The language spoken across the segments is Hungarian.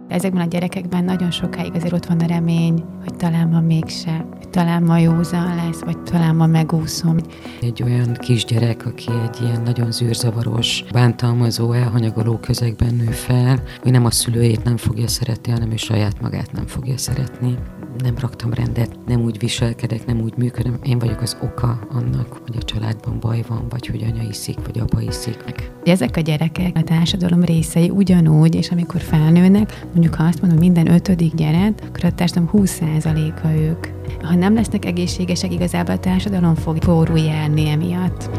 Ezekben a gyerekekben nagyon sokáig azért ott van a remény, hogy talán ma mégse, hogy talán ma józan lesz, vagy talán ma megúszom. Egy olyan kisgyerek, aki egy ilyen nagyon zűrzavaros, bántalmazó, elhanyagoló közegben nő fel, hogy nem a szülőjét nem fogja szeretni, hanem ő saját magát nem fogja szeretni. Nem raktam rendet, nem úgy viselkedek, nem úgy működöm. Én vagyok az oka annak, hogy a családban baj van, vagy hogy anya iszik, vagy apa iszik meg. Ezek a gyerekek a társadalom részei ugyanúgy, és amikor felnőnek, mondjuk ha azt mondom, minden 5. gyerek, akkor a társadalom 20%-a ők. Ha nem lesznek egészségesek, igazából a társadalom fog forró járni emiatt.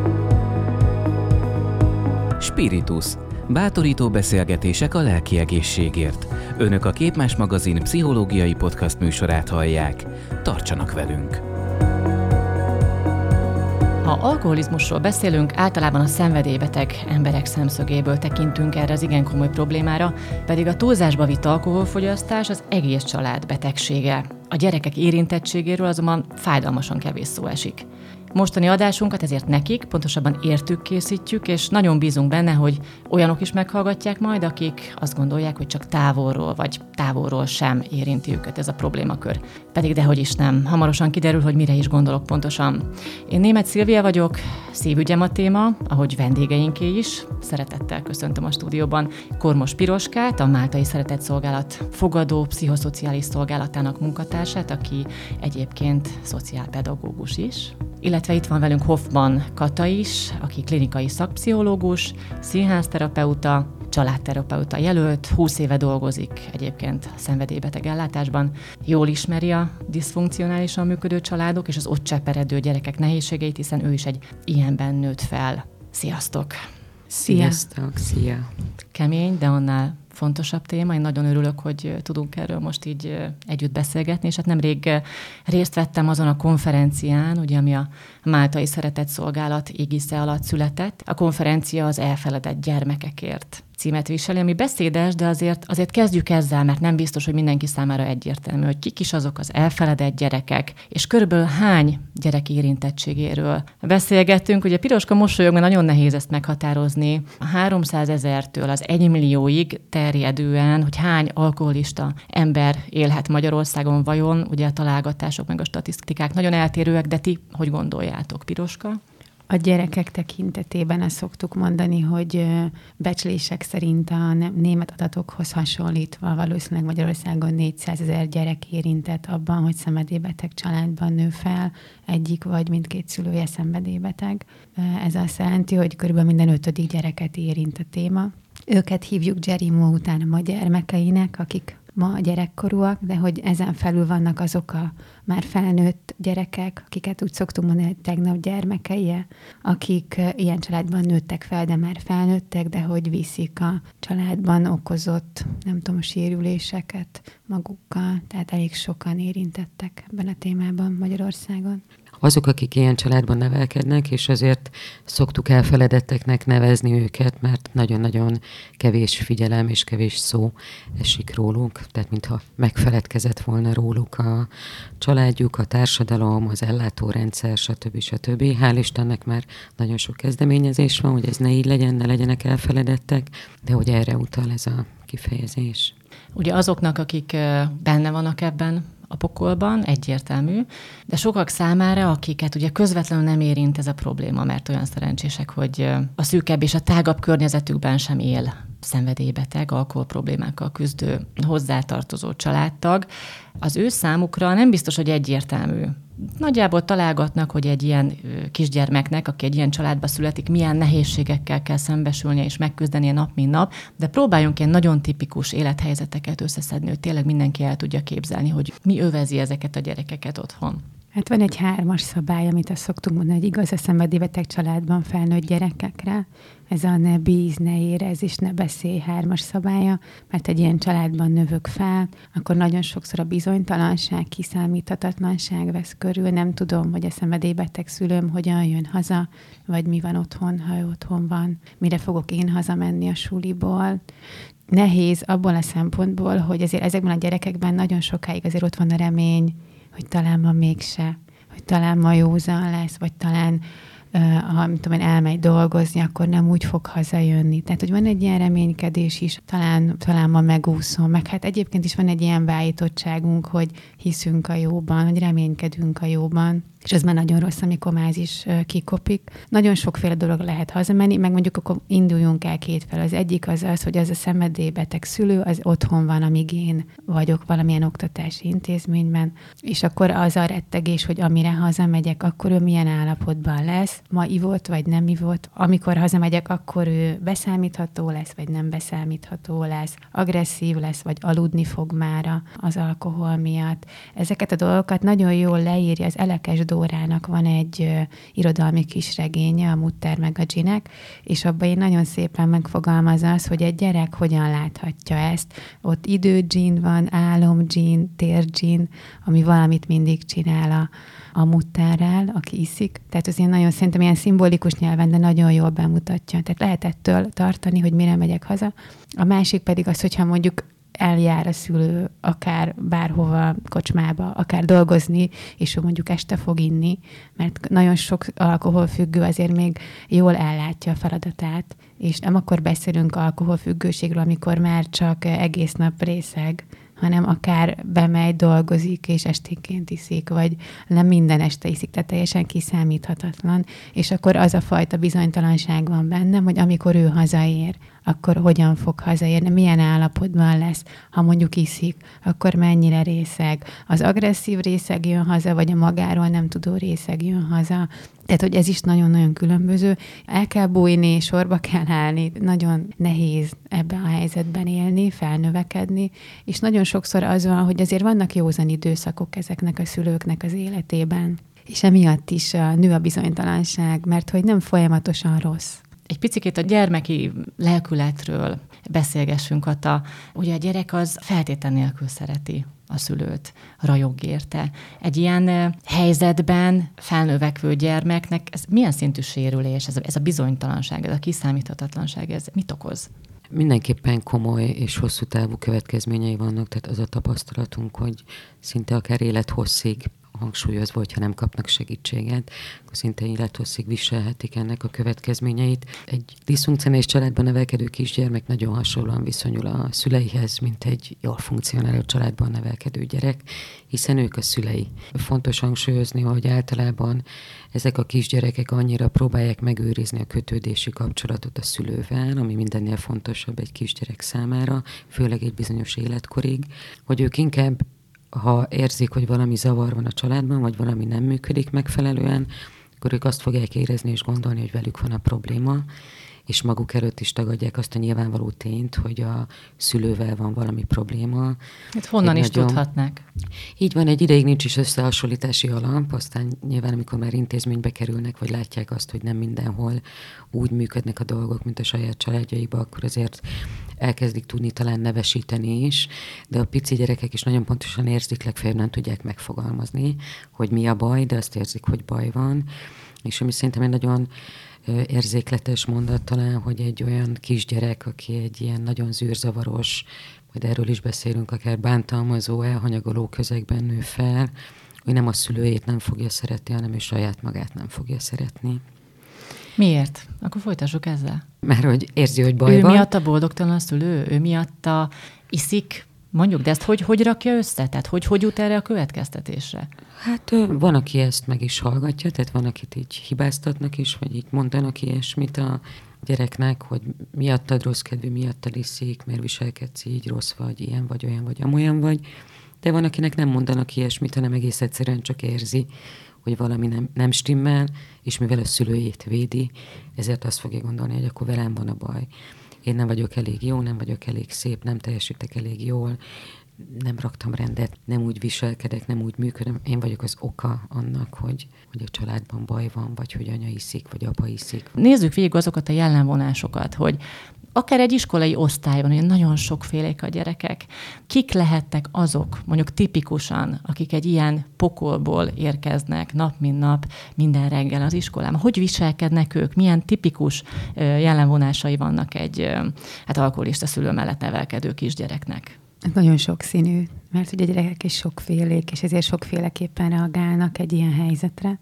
Spiritus. Bátorító beszélgetések a lelki egészségért. Önök a Képmás magazin pszichológiai podcast műsorát hallják. Tartsanak velünk! Ha alkoholizmusról beszélünk, általában a szenvedélybeteg emberek szemszögéből tekintünk erre az igen komoly problémára, pedig a túlzásba vitt alkoholfogyasztás az egész család betegsége. A gyerekek érintettségéről azonban fájdalmasan kevés szó esik. Mostani adásunkat ezért nekik, pontosabban értük készítjük, és nagyon bízunk benne, hogy olyanok is meghallgatják majd, akik azt gondolják, hogy csak távolról vagy távolról sem érinti őket ez a problémakör. Pedig dehogy is nem. Hamarosan kiderül, hogy mire is gondolok pontosan. Én Németh Szilvia vagyok, szívügyem a téma, ahogy vendégeinké is. Szeretettel köszöntöm a stúdióban Kormos Piroskát, a Máltai Szeretetszolgálat fogadó pszichoszociális szolgálatának munkatársát, aki egyébként szociálpedagógus is. Illetve itt van velünk Hoffman Kata is, aki klinikai szakpszichológus, színházterapeuta, családterapeuta jelölt, 20 éve dolgozik egyébként szenvedélybeteg ellátásban. Jól ismeri a diszfunkcionálisan működő családok és az ott cseperedő gyerekek nehézségeit, hiszen ő is egy ilyenben nőtt fel. Sziasztok! Sziasztok! Szia! Kemény, de annál fontosabb téma. Én nagyon örülök, hogy tudunk erről most így együtt beszélgetni, és hát nemrég részt vettem azon a konferencián, ugye, ami a Máltai Szeretetszolgálat égisze alatt született. A konferencia az elfeledett gyermekekért címet viseli, ami beszédes, de azért kezdjük ezzel, mert nem biztos, hogy mindenki számára egyértelmű, hogy kik is azok az elfeledett gyerekek, és körülbelül hány gyerek érintettségéről beszélgettünk. Ugye Piroska mosolyog, mert nagyon nehéz ezt meghatározni. A 300 000-től az 1 millióig terjedően, hogy hány alkoholista ember élhet Magyarországon vajon, ugye a találgatások meg a statisztikák nagyon eltérőek, de ti hogy gondoljátok, Piroska? A gyerekek tekintetében azt szoktuk mondani, hogy becslések szerint a német adatokhoz hasonlítva valószínűleg Magyarországon 400 000 gyerek érintett abban, hogy szenvedélybeteg családban nő fel, egyik vagy mindkét szülője szenvedélybeteg. Ez azt jelenti, hogy körülbelül minden 5. gyereket érint a téma. Őket hívjuk Jerimo után a ma gyermekeinek, akik ma gyerekkorúak, de hogy ezen felül vannak azok a már felnőtt gyerekek, akiket úgy szoktunk mondani, hogy tegnap gyermekeie, akik ilyen családban nőttek fel, de már felnőttek, de hogy viszik a családban okozott, nem tudom, sérüléseket magukkal. Tehát elég sokan érintettek ebben a témában Magyarországon. Azok, akik ilyen családban nevelkednek, és azért szoktuk elfeledetteknek nevezni őket, mert nagyon-nagyon kevés figyelem és kevés szó esik róluk, tehát mintha megfeledkezett volna róluk a családjuk, a társadalom, az ellátórendszer, stb. Hál' Istennek már nagyon sok kezdeményezés van, hogy ez ne így legyen, ne legyenek elfeledettek, de hogy erre utal ez a kifejezés. Ugye azoknak, akik benne vannak ebben a pokolban, egyértelmű, de sokak számára, akiket ugye közvetlenül nem érint ez a probléma, mert olyan szerencsések, hogy a szűkebb és a tágabb környezetükben sem él szenvedélybeteg, alkoholproblémákkal küzdő hozzátartozó családtag, az ő számukra nem biztos, hogy egyértelmű. Nagyjából találgatnak, hogy egy ilyen kisgyermeknek, aki egy ilyen családba születik, milyen nehézségekkel kell szembesülnie és megküzdenie nap, mint nap, de próbáljunk ilyen nagyon tipikus élethelyzeteket összeszedni, hogy tényleg mindenki el tudja képzelni, hogy mi övezi ezeket a gyerekeket otthon. Hát van egy 3-as szabály, amit azt szoktunk mondani, hogy igaz a szenvedélybeteg családban felnőtt gyerekekre. Ez a ne bíz, ne érez és ne beszélj 3-as szabálya, mert egy ilyen családban növök fel, akkor nagyon sokszor a bizonytalanság, kiszámíthatatlanság vesz körül, nem tudom, hogy a szenvedélybeteg szülőm hogyan jön haza, vagy mi van otthon, ha ő otthon van, mire fogok én hazamenni a suliból. Nehéz abból a szempontból, hogy azért ezekben a gyerekekben nagyon sokáig azért ott van a remény, hogy talán ma mégse, hogy talán ma józan lesz, vagy talán ha tudom én, elmegy dolgozni, akkor nem úgy fog hazajönni. Tehát, hogy van egy ilyen reménykedés is, talán ma megúszom, meg hát egyébként is van egy ilyen beállítottságunk, hogy hiszünk a jóban, hogy reménykedünk a jóban, és ez már nagyon rossz, amikor máz is kikopik. Nagyon sokféle dolog lehet hazamenni, meg mondjuk akkor induljunk el kétfelől. Az egyik az, hogy az a szenvedélybeteg szülő, az otthon van, amíg én vagyok valamilyen oktatási intézményben, és akkor az a rettegés, hogy amire hazamegyek, akkor ő milyen állapotban lesz, ma ivott, vagy nem ivott. Amikor hazamegyek, akkor ő beszámítható lesz, vagy nem beszámítható lesz, agresszív lesz, vagy aludni fog mára az alkohol miatt. Ezeket a dolgokat nagyon jól leírja az Elekes Dórának van egy irodalmi kisregénye, a Mutter meg a Dzsinek, és abban én nagyon szépen megfogalmazza az, hogy egy gyerek hogyan láthatja ezt. Ott idődzsin van, álomdzsin, térdzsin, ami valamit mindig csinál a Mutterrel, aki iszik. Tehát az én nagyon szerintem ilyen szimbolikus nyelven, de nagyon jól bemutatja. Tehát lehet ettől tartani, hogy mire megyek haza. A másik pedig az, hogyha mondjuk eljár a szülő akár bárhova, kocsmába, akár dolgozni, és ő mondjuk este fog inni, mert nagyon sok alkoholfüggő azért még jól ellátja a feladatát, és nem akkor beszélünk alkoholfüggőségről, amikor már csak egész nap részeg, hanem akár bemegy, dolgozik, és esténként iszik, vagy nem minden este iszik, tehát teljesen kiszámíthatatlan, és akkor az a fajta bizonytalanság van bennem, hogy amikor ő hazaér, akkor hogyan fog hazaérni, milyen állapotban lesz, ha mondjuk iszik, akkor mennyire részeg. Az agresszív részeg jön haza, vagy a magáról nem tudó részeg jön haza. Tehát, hogy ez is nagyon-nagyon különböző. El kell bújni, sorba kell állni, nagyon nehéz ebben a helyzetben élni, felnövekedni, és nagyon sokszor az van, hogy azért vannak józan időszakok ezeknek a szülőknek az életében. És emiatt is nő a bizonytalanság, mert hogy nem folyamatosan rossz. Egy picikét a gyermeki lelkületről beszélgessünk, Kata. Ugye a gyerek az feltétlen nélkül szereti a szülőt, rajong érte. Egy ilyen helyzetben felnövekvő gyermeknek ez milyen szintű sérülés, ez a bizonytalanság, ez a kiszámíthatatlanság, ez mit okoz? Mindenképpen komoly és hosszú távú következményei vannak, tehát az a tapasztalatunk, hogy szinte akár élethosszig hangsúlyozva, hogyha nem kapnak segítséget, akkor szinte élethosszig viselhetik ennek a következményeit. Egy diszfunkcionális családban nevelkedő kisgyermek nagyon hasonlóan viszonyul a szüleihez, mint egy jól funkcionáló családban nevelkedő gyerek, hiszen ők a szülei. Fontos hangsúlyozni, hogy általában ezek a kisgyerekek annyira próbálják megőrizni a kötődési kapcsolatot a szülővel, ami mindennél fontosabb egy kisgyerek számára, főleg egy bizonyos életkorig, hogy ők inkább ha érzik, hogy valami zavar van a családban, vagy valami nem működik megfelelően, akkor ők azt fogják érezni és gondolni, hogy velük van a probléma, és maguk előtt is tagadják azt a nyilvánvaló tényt, hogy a szülővel van valami probléma. Hát honnan is tudhatnák? Így van, egy ideig nincs is összehasonlítási alap, aztán nyilván, amikor már intézménybe kerülnek, vagy látják azt, hogy nem mindenhol úgy működnek a dolgok, mint a saját családjaiba, akkor azért elkezdik tudni talán nevesíteni is, de a pici gyerekek is nagyon pontosan érzik, legfeljebb nem tudják megfogalmazni, hogy mi a baj, de azt érzik, hogy baj van. És ami szerintem egy nagyon érzékletes mondat talán, hogy egy olyan kisgyerek, aki egy ilyen nagyon zűrzavaros, majd erről is beszélünk, akár bántalmazó, elhanyagoló közegben nő fel, hogy nem a szülőjét nem fogja szeretni, hanem ő saját magát nem fogja szeretni. Miért? Akkor folytassuk ezzel. Mert hogy érzi, hogy baj van. Ő miatt a boldogtalan a szülő? Ő miatt iszik? Mondjuk, de ezt hogy rakja össze? Tehát hogy jut erre a következtetésre? Hát van, aki ezt meg is hallgatja, tehát van, akit így hibáztatnak is, vagy így mondanak ilyesmit a gyereknek, hogy miattad rossz kedvű, miattad iszik, miért viselkedsz így, rossz vagy, ilyen vagy, olyan vagy, amolyan vagy. De van, akinek nem mondanak ilyesmit, hanem egész egyszerűen csak érzi, hogy valami nem stimmel, és mivel a szülőjét védi, ezért azt fogja gondolni, hogy akkor velem van a baj. Én nem vagyok elég jó, nem vagyok elég szép, nem teljesítek elég jól, nem raktam rendet, nem úgy viselkedek, nem úgy működöm. Én vagyok az oka annak, hogy a családban baj van, vagy hogy anya iszik, vagy apa iszik. Nézzük végig azokat a jellemvonásokat, hogy akár egy iskolai osztályban, hogy nagyon sokfélék a gyerekek. Kik lehettek azok, mondjuk tipikusan, akik egy ilyen pokolból érkeznek nap, mint nap, minden reggel az iskolában? Hogy viselkednek ők? Milyen tipikus jellemvonásai vannak egy alkoholista szülő mellett nevelkedő kisgyereknek? Nagyon sokszínű, mert ugye a gyerekek is sokfélék, és ezért sokféleképpen reagálnak egy ilyen helyzetre.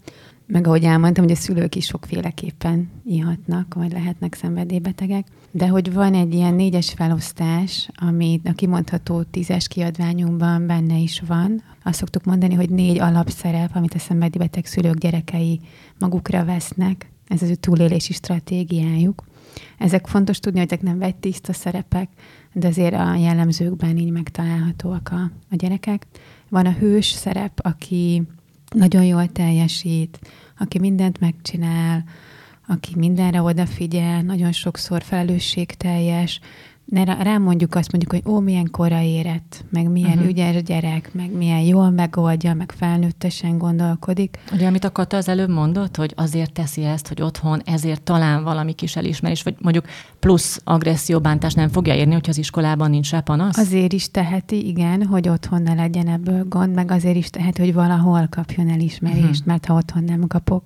meg ahogy elmondtam, hogy a szülők is sokféleképpen ihatnak, vagy lehetnek szenvedélybetegek, de hogy van egy ilyen 4-es felosztás, ami a kimondható 10-es kiadványunkban benne is van. Azt szoktuk mondani, hogy 4 alapszerep, amit a szenvedélybeteg szülők gyerekei magukra vesznek. Ez az ő túlélési stratégiájuk. Ezek fontos tudni, hogy ezek nem vegytiszta szerepek, de azért a jellemzőkben így megtalálhatóak a gyerekek. Van a hős szerep, aki nagyon jól teljesít, aki mindent megcsinál, aki mindenre odafigyel, nagyon sokszor felelősségteljes. Rám mondjuk azt mondjuk, hogy milyen kora érett, meg milyen ügyes gyerek, meg milyen jól megoldja, meg felnőttesen gondolkodik. Ugye, amit a Kata az előbb mondott, hogy azért teszi ezt, hogy otthon ezért talán valami kis elismerés, vagy mondjuk plusz agresszióbántás nem fogja érni, hogyha az iskolában nincs rá panasz? Azért is teheti, igen, hogy otthon ne legyen ebből gond, meg azért is teheti, hogy valahol kapjon elismerést, mert ha otthon nem kapok,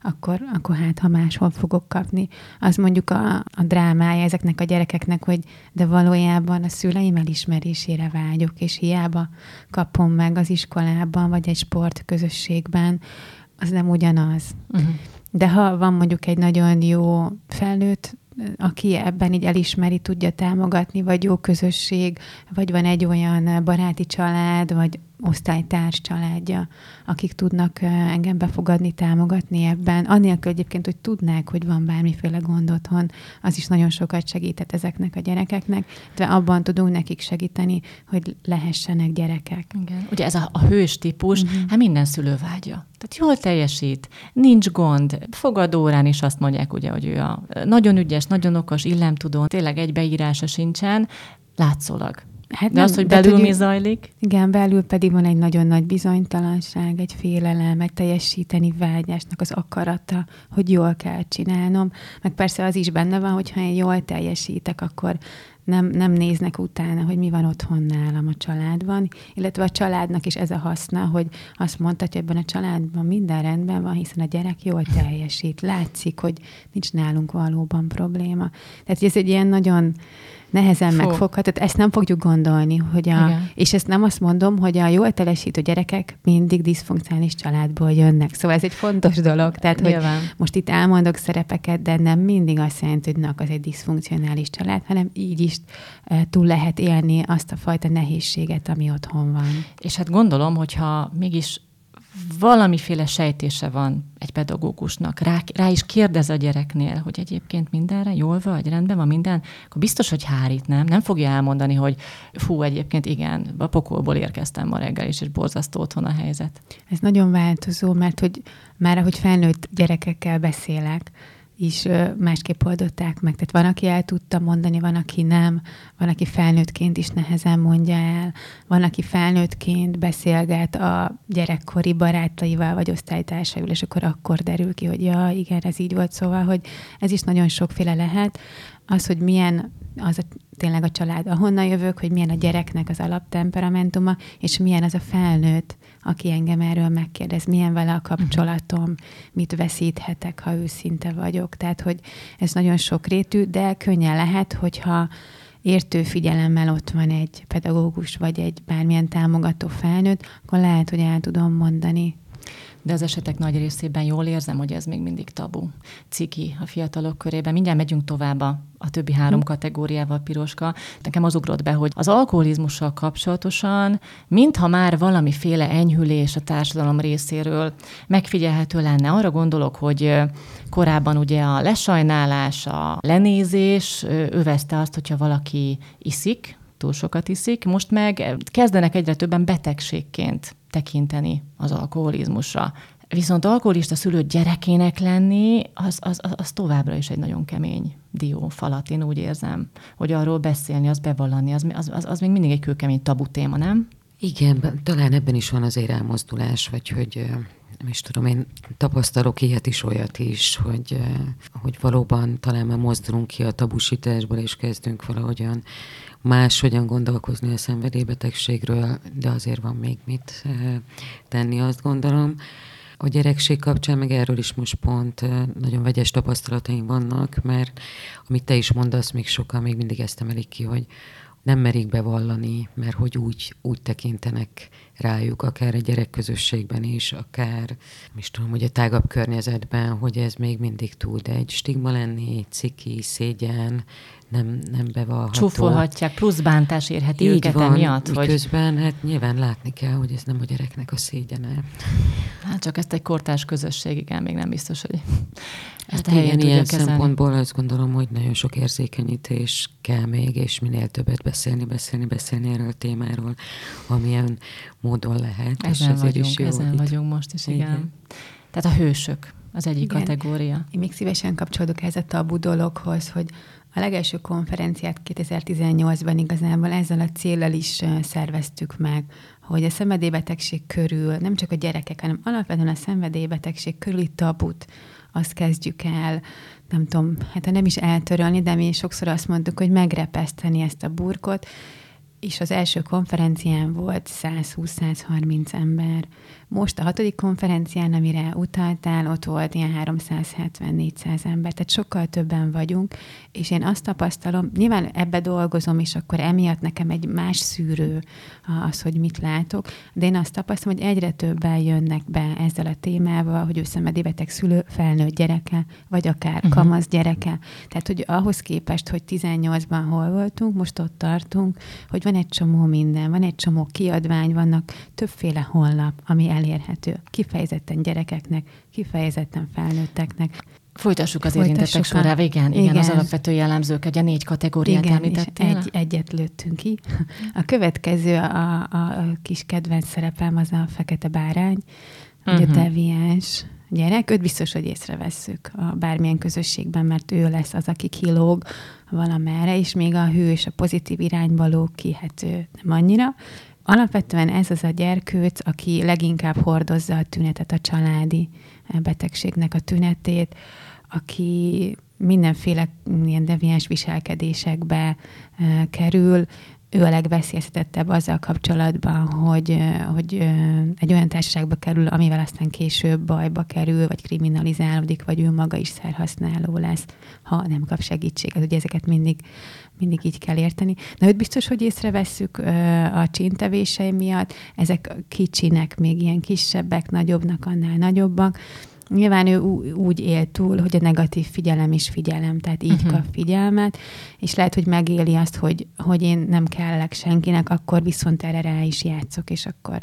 akkor hát, ha máshol fogok kapni. Az mondjuk a drámája ezeknek a gyerekeknek, hogy de valójában a szüleim elismerésére vágyok, és hiába kapom meg az iskolában, vagy egy sportközösségben, az nem ugyanaz. De ha van mondjuk egy nagyon jó felnőtt, aki ebben így elismeri, tudja támogatni, vagy jó közösség, vagy van egy olyan baráti család, vagy osztálytárs családja, akik tudnak engem befogadni, támogatni ebben. Annélkül egyébként, hogy tudnák, hogy van bármiféle gond otthon, az is nagyon sokat segített ezeknek a gyerekeknek, de abban tudunk nekik segíteni, hogy lehessenek gyerekek. Igen. Ugye ez a hős típus, hát minden szülő vágya. Tehát jól teljesít, nincs gond. Fogadórán is azt mondják, ugye, hogy ő a nagyon ügyes, nagyon okos, illemtudó, tényleg egy beírása sincsen, látszólag. Hát de nem, az, hogy belül mi zajlik? Igen, belül pedig van egy nagyon nagy bizonytalanság, egy félelem, egy teljesíteni vágyásnak az akarata, hogy jól kell csinálnom. Meg persze az is benne van, hogyha én jól teljesítek, akkor nem néznek utána, hogy mi van otthon nálam a családban, illetve a családnak is ez a haszna, hogy azt mondhatja, hogy ebben a családban minden rendben van, hiszen a gyerek jól teljesít. Látszik, hogy nincs nálunk valóban probléma. Tehát ez egy ilyen nagyon nehezen megfogható. Ezt nem fogjuk gondolni, hogy és ezt nem azt mondom, hogy a jól teljesítő gyerekek mindig diszfunkcionális családból jönnek. Szóval ez egy fontos dolog. Tehát, hogy most itt elmondok szerepeket, de nem mindig azt jelenti, hogy az egy diszfunkcionális család, hanem így is túl lehet élni azt a fajta nehézséget, ami otthon van. És hát gondolom, hogyha mégis valamiféle sejtése van egy pedagógusnak, rá is kérdez a gyereknél, hogy egyébként mindenre jól vagy, rendben van minden, akkor biztos, hogy hárít, nem fogja elmondani, hogy egyébként igen, a pokolból érkeztem ma reggel is, és borzasztó otthon a helyzet. Ez nagyon változó, mert hogy már ahogy felnőtt gyerekekkel beszélek, is másképp oldották meg. Tehát van, aki el tudta mondani, van, aki nem, van, aki felnőttként is nehezen mondja el, van, aki felnőttként beszélget a gyerekkori barátaival, vagy osztálytársaival, és akkor derül ki, hogy igen, ez így volt, szóval, hogy ez is nagyon sokféle lehet. Az, hogy milyen tényleg a család, ahonnan jövök, hogy milyen a gyereknek az alaptemperamentuma, és milyen az a felnőtt, aki engem erről megkérdez, milyen vele a kapcsolatom, mit veszíthetek, ha őszinte vagyok. Tehát, hogy ez nagyon sokrétű, de könnyen lehet, hogyha értő figyelemmel ott van egy pedagógus, vagy egy bármilyen támogató felnőtt, akkor lehet, hogy el tudom mondani. De az esetek nagy részében jól érzem, hogy ez még mindig tabu. Ciki a fiatalok körében. Mindjárt megyünk tovább a többi 3 kategóriával, Piroska. Nekem az ugrott be, hogy az alkoholizmussal kapcsolatosan, mintha már valamiféle enyhülés a társadalom részéről megfigyelhető lenne. Arra gondolok, hogy korábban ugye a lesajnálás, a lenézés övezte azt, hogyha valaki iszik, túl sokat iszik, most meg kezdenek egyre többen betegségként tekinteni az alkoholizmusra. Viszont alkoholista szülő gyerekének lenni, az továbbra is egy nagyon kemény diófalat, én úgy érzem, hogy arról beszélni, az bevallani, az még mindig egy kőkemény tabu téma, nem? Igen, talán ebben is van azért elmozdulás, vagy hogy nem is tudom, én tapasztalok ilyet is, olyat is, hogy valóban talán már mozdulunk ki a tabusításból, és kezdünk valahogyan máshogyan gondolkozni a szenvedélybetegségről, de azért van még mit tenni, azt gondolom. A gyerekség kapcsán meg erről is most pont nagyon vegyes tapasztalataim vannak, mert amit te is mondasz, még sokan még mindig ezt emelik ki, hogy nem merik bevallani, mert hogy úgy tekintenek rájuk, akár a gyerekközösségben is, akár, is tudom, hogy a tágabb környezetben, hogy ez még mindig tud egy stigma lenni, ciki, szégyen, nem bevallható. Csúfolhatják, plusz bántás érheti így őket van, emiatt. Miközben hát nyilván látni kell, hogy ez nem a gyereknek a szégyene. Hát csak ezt egy kortárs közösség, igen, még nem biztos, hogy ezt hát helyen ilyen kezelni. szempontból azt gondolom, hogy nagyon sok érzékenyítés kell még, és minél többet beszélni erről a témáról, amilyen módon lehet. Ezen vagyunk most is, igen. Tehát a hősök az egyik kategória. Én még szívesen kapcsolódok ez a tabu dologhoz, hogy a legelső konferenciát 2018-ban igazából ezzel a céllal is szerveztük meg, hogy a szenvedélybetegség körül, nem csak a gyerekek, hanem alapvetően a szenvedélybetegség körüli tabut, azt kezdjük el, nem tudom, hát nem is eltörölni, de mi sokszor azt mondtuk, hogy megrepeszteni ezt a burkot, és az első konferencián volt 120-130 ember. Most a 6. konferencián, amire utaltál, ott volt ilyen 370-400 ember, tehát sokkal többen vagyunk, és én azt tapasztalom, nyilván ebbe dolgozom, és akkor emiatt nekem egy más szűrő az, hogy mit látok, de én azt tapasztalom, hogy egyre többen jönnek be ezzel a témával, hogy ő szenvedélybeteg szülő, felnőtt gyereke, vagy akár kamasz gyereke. Tehát, hogy ahhoz képest, hogy 18-ban hol voltunk, most ott tartunk, hogy van egy csomó minden, van egy csomó kiadvány, vannak többféle honlap, ami elérhető kifejezetten gyerekeknek, kifejezetten felnőtteknek. Folytassuk az érintettek sorával. Igen, az alapvető jellemzők, ugye 4 kategóriát említettél. Egyet lőttünk ki. A következő, a kis kedvenc szerepem az a fekete bárány, ugye a deviáns gyerek. Őt biztos, hogy észrevesszük a bármilyen közösségben, mert ő lesz az, aki kilóg valamerre, és még a hős, a pozitív irányba lóg ki, hát ő nem annyira. Alapvetően ez az a gyerkőc, aki leginkább hordozza a tünetet, a családi betegségnek a tünetét, aki mindenféle ilyen deviáns viselkedésekbe kerül. Ő a legveszélyeztetettebb azzal kapcsolatban, hogy egy olyan társaságba kerül, amivel aztán később bajba kerül, vagy kriminalizálódik, vagy ő maga is szerhasználó lesz, ha nem kap segítséget. Ugye ezeket mindig így kell érteni. Na, őt biztos, hogy észrevesszük a csíntevései miatt. Ezek kicsinek, még ilyen kisebbek, nagyobbnak, annál nagyobbak. Nyilván ő úgy él túl, hogy a negatív figyelem is figyelem, tehát így kap figyelmet, és lehet, hogy megéli azt, hogy én nem kellek senkinek, akkor viszont erre rá is játszok, és akkor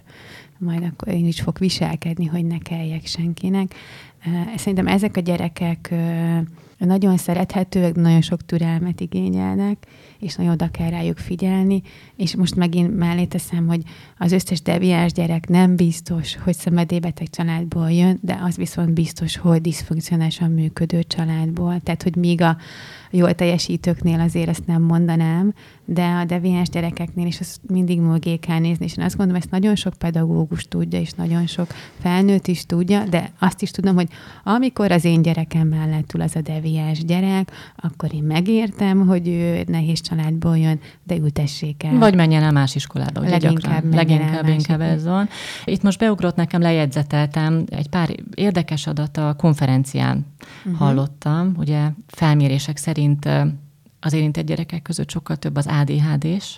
én is fog viselkedni, hogy ne kelljek senkinek. Szerintem ezek a gyerekek nagyon szerethetőek, nagyon sok türelmet igényelnek, és nagyon oda kell rájuk figyelni, és most megint mellé teszem, hogy az összes deviáns gyerek nem biztos, hogy szenvedélybeteg családból jön, de az viszont biztos, hogy diszfunkcionálisan működő családból. Tehát, hogy míg a jól teljesítőknél azért ezt nem mondanám, de a deviáns gyerekeknél is azt mindig mögé kell nézni, és én azt gondolom, ezt nagyon sok pedagógus tudja, és nagyon sok felnőtt is tudja, de azt is tudom, hogy amikor az én gyerekem mellett ül az a deviáns gyerek, akkor én megértem, hogy ő nehéz családból jön, de ültessék el. Vagy menjen el más iskolába, ugye leginkább ez van. Itt most beugrott nekem, lejegyzeteltem, egy pár érdekes adat a konferencián hallottam, ugye felmérések szerint az érintett gyerekek között sokkal több az ADHD-s.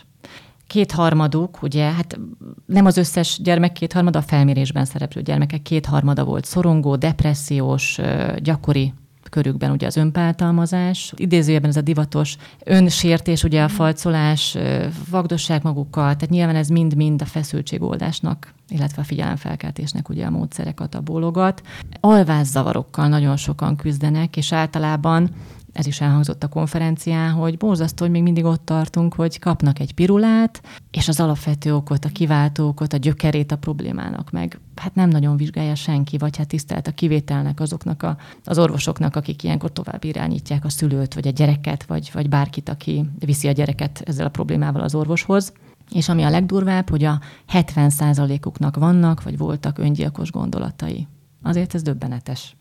2/3, ugye, hát nem az összes gyermek 2/3, a felmérésben szereplő gyermekek 2/3 volt szorongó, depressziós, gyakori körükben ugye az önbántalmazás, idézőjelben ez a divatos önsértés, ugye a falcolás, vagdossák magukkal, tehát nyilván ez mind-mind a feszültségoldásnak, illetve a figyelemfelkeltésnek ugye a módszereket, a bólogat. Alvászavarokkal nagyon sokan küzdenek, és általában ez is elhangzott a konferencián, hogy borzasztó, hogy még mindig ott tartunk, hogy kapnak egy pirulát, és az alapvető okot, a kiváltó okot, a gyökerét a problémának meg hát nem nagyon vizsgálja senki, vagy hát tisztelt a kivételnek azoknak az orvosoknak, akik ilyenkor tovább irányítják a szülőt, vagy a gyereket, vagy bárkit, aki viszi a gyereket ezzel a problémával az orvoshoz. És ami a legdurvább, hogy a 70%-uknak vannak, vagy voltak öngyilkos gondolatai. Azért ez döbbenetes.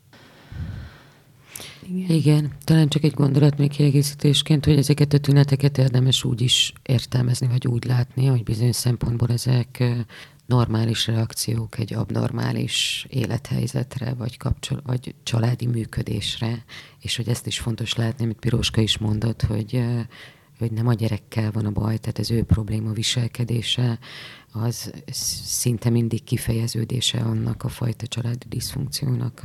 Igen, talán csak egy gondolat még kiegészítésként, hogy ezeket a tüneteket érdemes úgy is értelmezni, vagy úgy látni, hogy bizonyos szempontból ezek normális reakciók egy abnormális élethelyzetre, vagy családi működésre, és hogy ezt is fontos látni, amit Piroska is mondott, hogy hogy nem a gyerekkel van a baj, tehát az ő probléma viselkedése, az szinte mindig kifejeződése annak a fajta családi diszfunkciónak,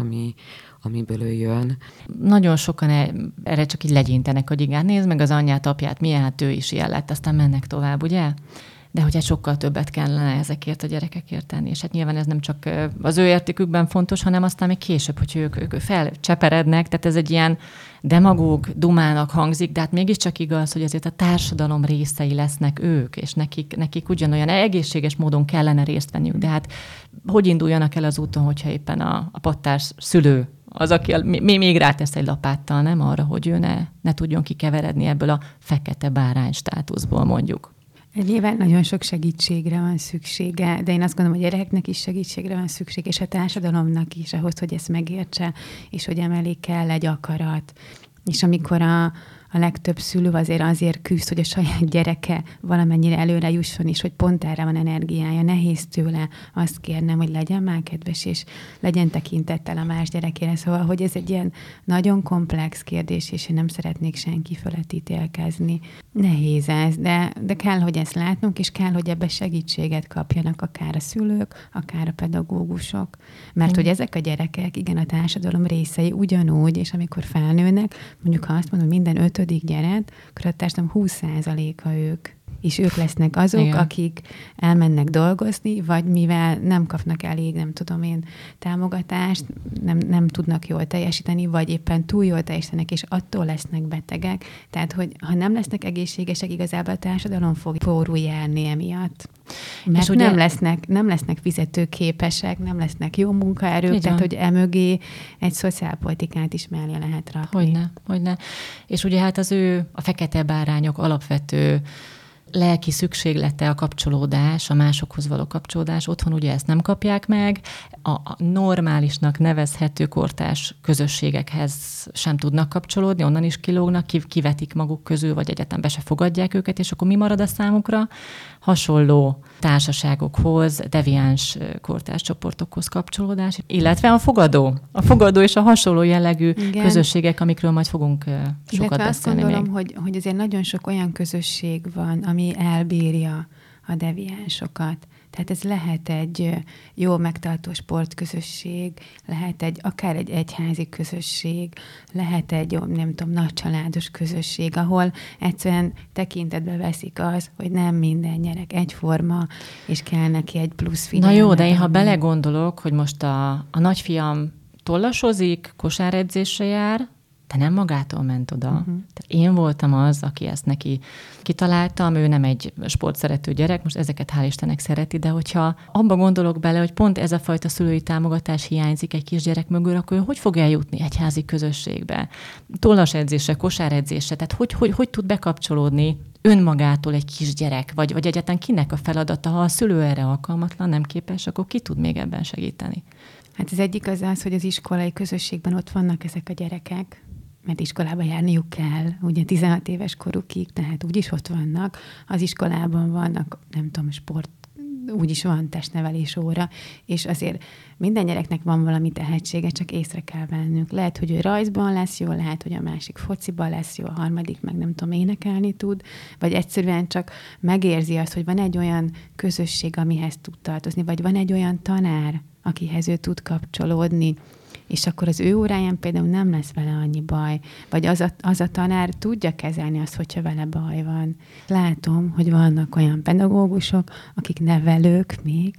amiből ő jön. Nagyon sokan erre csak így legyintenek, hogy igen, nézd meg az anyját, apját, milyen, hát ő is ilyen lett, aztán mennek tovább, ugye? De hogy sokkal többet kellene ezekért a gyerekekért tenni. És hát nyilván ez nem csak az ő értékükben fontos, hanem aztán még később, hogy ők felcseperednek, tehát ez egy ilyen demagóg dumának hangzik, de hát mégiscsak igaz, hogy azért a társadalom részei lesznek ők, és nekik ugyanolyan egészséges módon kellene részt venniük. De hát hogy induljanak el az úton, hogyha éppen a pattárs szülő az, aki még rátesz egy lapáttal, nem arra, hogy ő ne tudjon kikeveredni ebből a fekete bárány státuszból, mondjuk. Nyilván nagyon sok segítségre van szüksége, de én azt gondolom, hogy a gyereknek is segítségre van szükség, és a társadalomnak is ahhoz, hogy ezt megértse, és hogy emellé kell egy akarat. És amikor a legtöbb szülő azért küzd, hogy a saját gyereke valamennyire előre jusson, és hogy pont erre van energiája. Nehéz tőle azt kérnem, hogy legyen már kedves, és legyen tekintettel a más gyerekére. Szóval, hogy ez egy ilyen nagyon komplex kérdés, és én nem szeretnék senki fölött ítélkezni. Nehéz ez, de kell, hogy ezt látnunk, és kell, hogy ebbe segítséget kapjanak akár a szülők, akár a pedagógusok. Mert hogy ezek a gyerekek, igen, a társadalom részei ugyanúgy, és amikor felnőnek, mondjuk ha azt mondom, minden 5. gyerek, akkor a társadalom 20%-a ők. És ők lesznek azok, igen, akik elmennek dolgozni, vagy mivel nem kapnak elég, nem tudom én, támogatást, nem tudnak jól teljesíteni, vagy éppen túl jól teljesítenek, és attól lesznek betegek. Tehát, hogy ha nem lesznek egészségesek, igazából a társadalom fog forrul járni emiatt. Mert ugye nem lesznek fizetőképesek, nem lesznek jó munkaerők, igen, tehát, hogy emögé egy szociálpolitikát is mellé lehet rakni. Hogyne. És ugye hát a fekete bárányok alapvető lelki szükséglete a kapcsolódás, a másokhoz való kapcsolódás. Otthon ugye ezt nem kapják meg, a normálisnak nevezhető kortárs közösségekhez sem tudnak kapcsolódni, onnan is kilógnak, kivetik maguk közül, vagy egyetem be se fogadják őket, és akkor mi marad a számukra? Hasonló társaságokhoz, deviáns kortárs csoportokhoz kapcsolódás, illetve a fogadó és a hasonló jellegű, igen, közösségek, amikről majd fogunk sokat beszélni még. Azt gondolom, hogy azért nagyon sok olyan közösség van, ami elbírja a deviánsokat. Tehát ez lehet egy jó megtartó sportközösség, lehet akár egy egyházi közösség, lehet egy, nem tudom, nagycsaládos közösség, ahol egyszerűen tekintetbe veszik az, hogy nem minden gyerek egyforma, és kell neki egy plusz figyelmet. Na jó, de én ha belegondolok, hogy most a nagyfiam tollasozik, kosáredzésre jár, de nem magától ment oda. Tehát én voltam az, aki ezt neki kitaláltam, ő nem egy sportszerető gyerek, most ezeket hál' Istennek szereti, de hogyha abba gondolok bele, hogy pont ez a fajta szülői támogatás hiányzik egy kisgyerek mögül, akkor ő hogy fog eljutni egyházi közösségbe? Tollasedzésre, kosáredzésre, tehát hogy tud bekapcsolódni önmagától egy kisgyerek, vagy egyáltalán kinek a feladata, ha a szülő erre alkalmatlan, nem képes, akkor ki tud még ebben segíteni? Hát az egyik az, hogy az iskolai közösségben ott vannak ezek a gyerekek, mert iskolába járniuk kell, ugye 16 éves korukig, tehát úgyis ott vannak. Az iskolában vannak, nem tudom, sport, úgyis van testnevelés óra, és azért minden gyereknek van valami tehetsége, csak észre kell vennünk. Lehet, hogy ő rajzban lesz jó, lehet, hogy a másik fociban lesz jó, a harmadik meg nem tudom, énekelni tud, vagy egyszerűen csak megérzi azt, hogy van egy olyan közösség, amihez tud tartozni, vagy van egy olyan tanár, akihez ő tud kapcsolódni, és akkor az ő óráján például nem lesz vele annyi baj, vagy az a tanár tudja kezelni azt, hogyha vele baj van. Látom, hogy vannak olyan pedagógusok, akik nevelők még,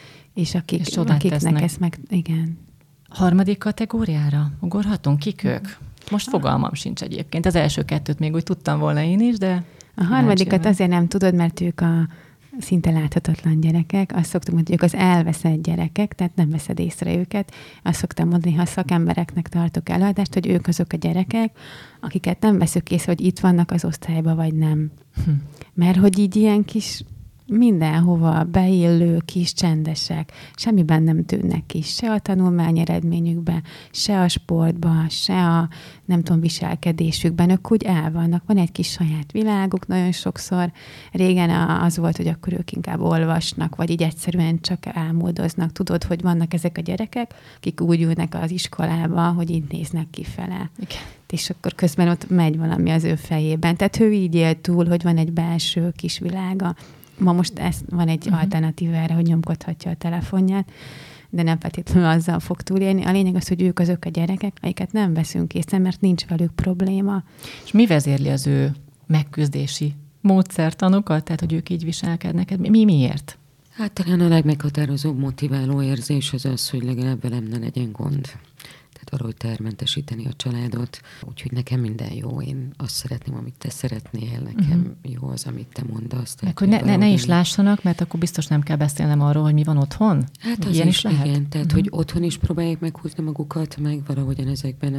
és akiknek ezt meg... Igen. Harmadik kategóriára ugorhatunk? Kik ők? Most fogalmam sincs egyébként. Az első kettőt még úgy tudtam volna én is, de... A harmadikat azért nem tudod, mert ők a szinte láthatatlan gyerekek. Azt szoktuk mondani, hogy ők az elveszett gyerekek, tehát nem veszed észre őket. Azt szoktam mondani, ha szakembereknek tartok előadást, hogy ők azok a gyerekek, akiket nem veszük észre, hogy itt vannak az osztályban, vagy nem. Mert hogy így ilyen kis mindenhova beillő, kis, csendesek, semmiben nem tűnnek ki, se a tanulmány eredményükben, se a sportban, se a nem tudom, viselkedésükben, ők úgy el vannak. Van egy kis saját világuk nagyon sokszor. Régen az volt, hogy akkor ők inkább olvasnak, vagy így egyszerűen csak álmodoznak. Tudod, hogy vannak ezek a gyerekek, akik úgy ülnek az iskolába, hogy így néznek kifele. Igen. És akkor közben ott megy valami az ő fejében. Tehát ő így él túl, hogy van egy belső kis világa. Ma most van egy alternatív erre, hogy nyomkodhatja a telefonját, de nem feltétlenül azzal fog túlélni. A lényeg az, hogy ők azok a gyerekek, akiket nem veszünk észre, mert nincs velük probléma. És mi vezérli az ő megküzdési módszertanokat? Tehát, hogy ők így viselkednek? Miért? Hát talán a legmeghatározóbb motiváló érzés az az, hogy legalább velem ne legyen gond. Tehát arra, hogy termentesíteni a családot. Úgyhogy nekem minden jó. Én azt szeretném, amit te szeretnél. Nekem jó az, amit te mondasz. Tehát, hogy ne is lássanak, mert akkor biztos nem kell beszélnem arról, hogy mi van otthon? Hát az is lehet? Igen. Tehát, hogy otthon is próbálják meghúzni magukat, meg valahogyan ezekben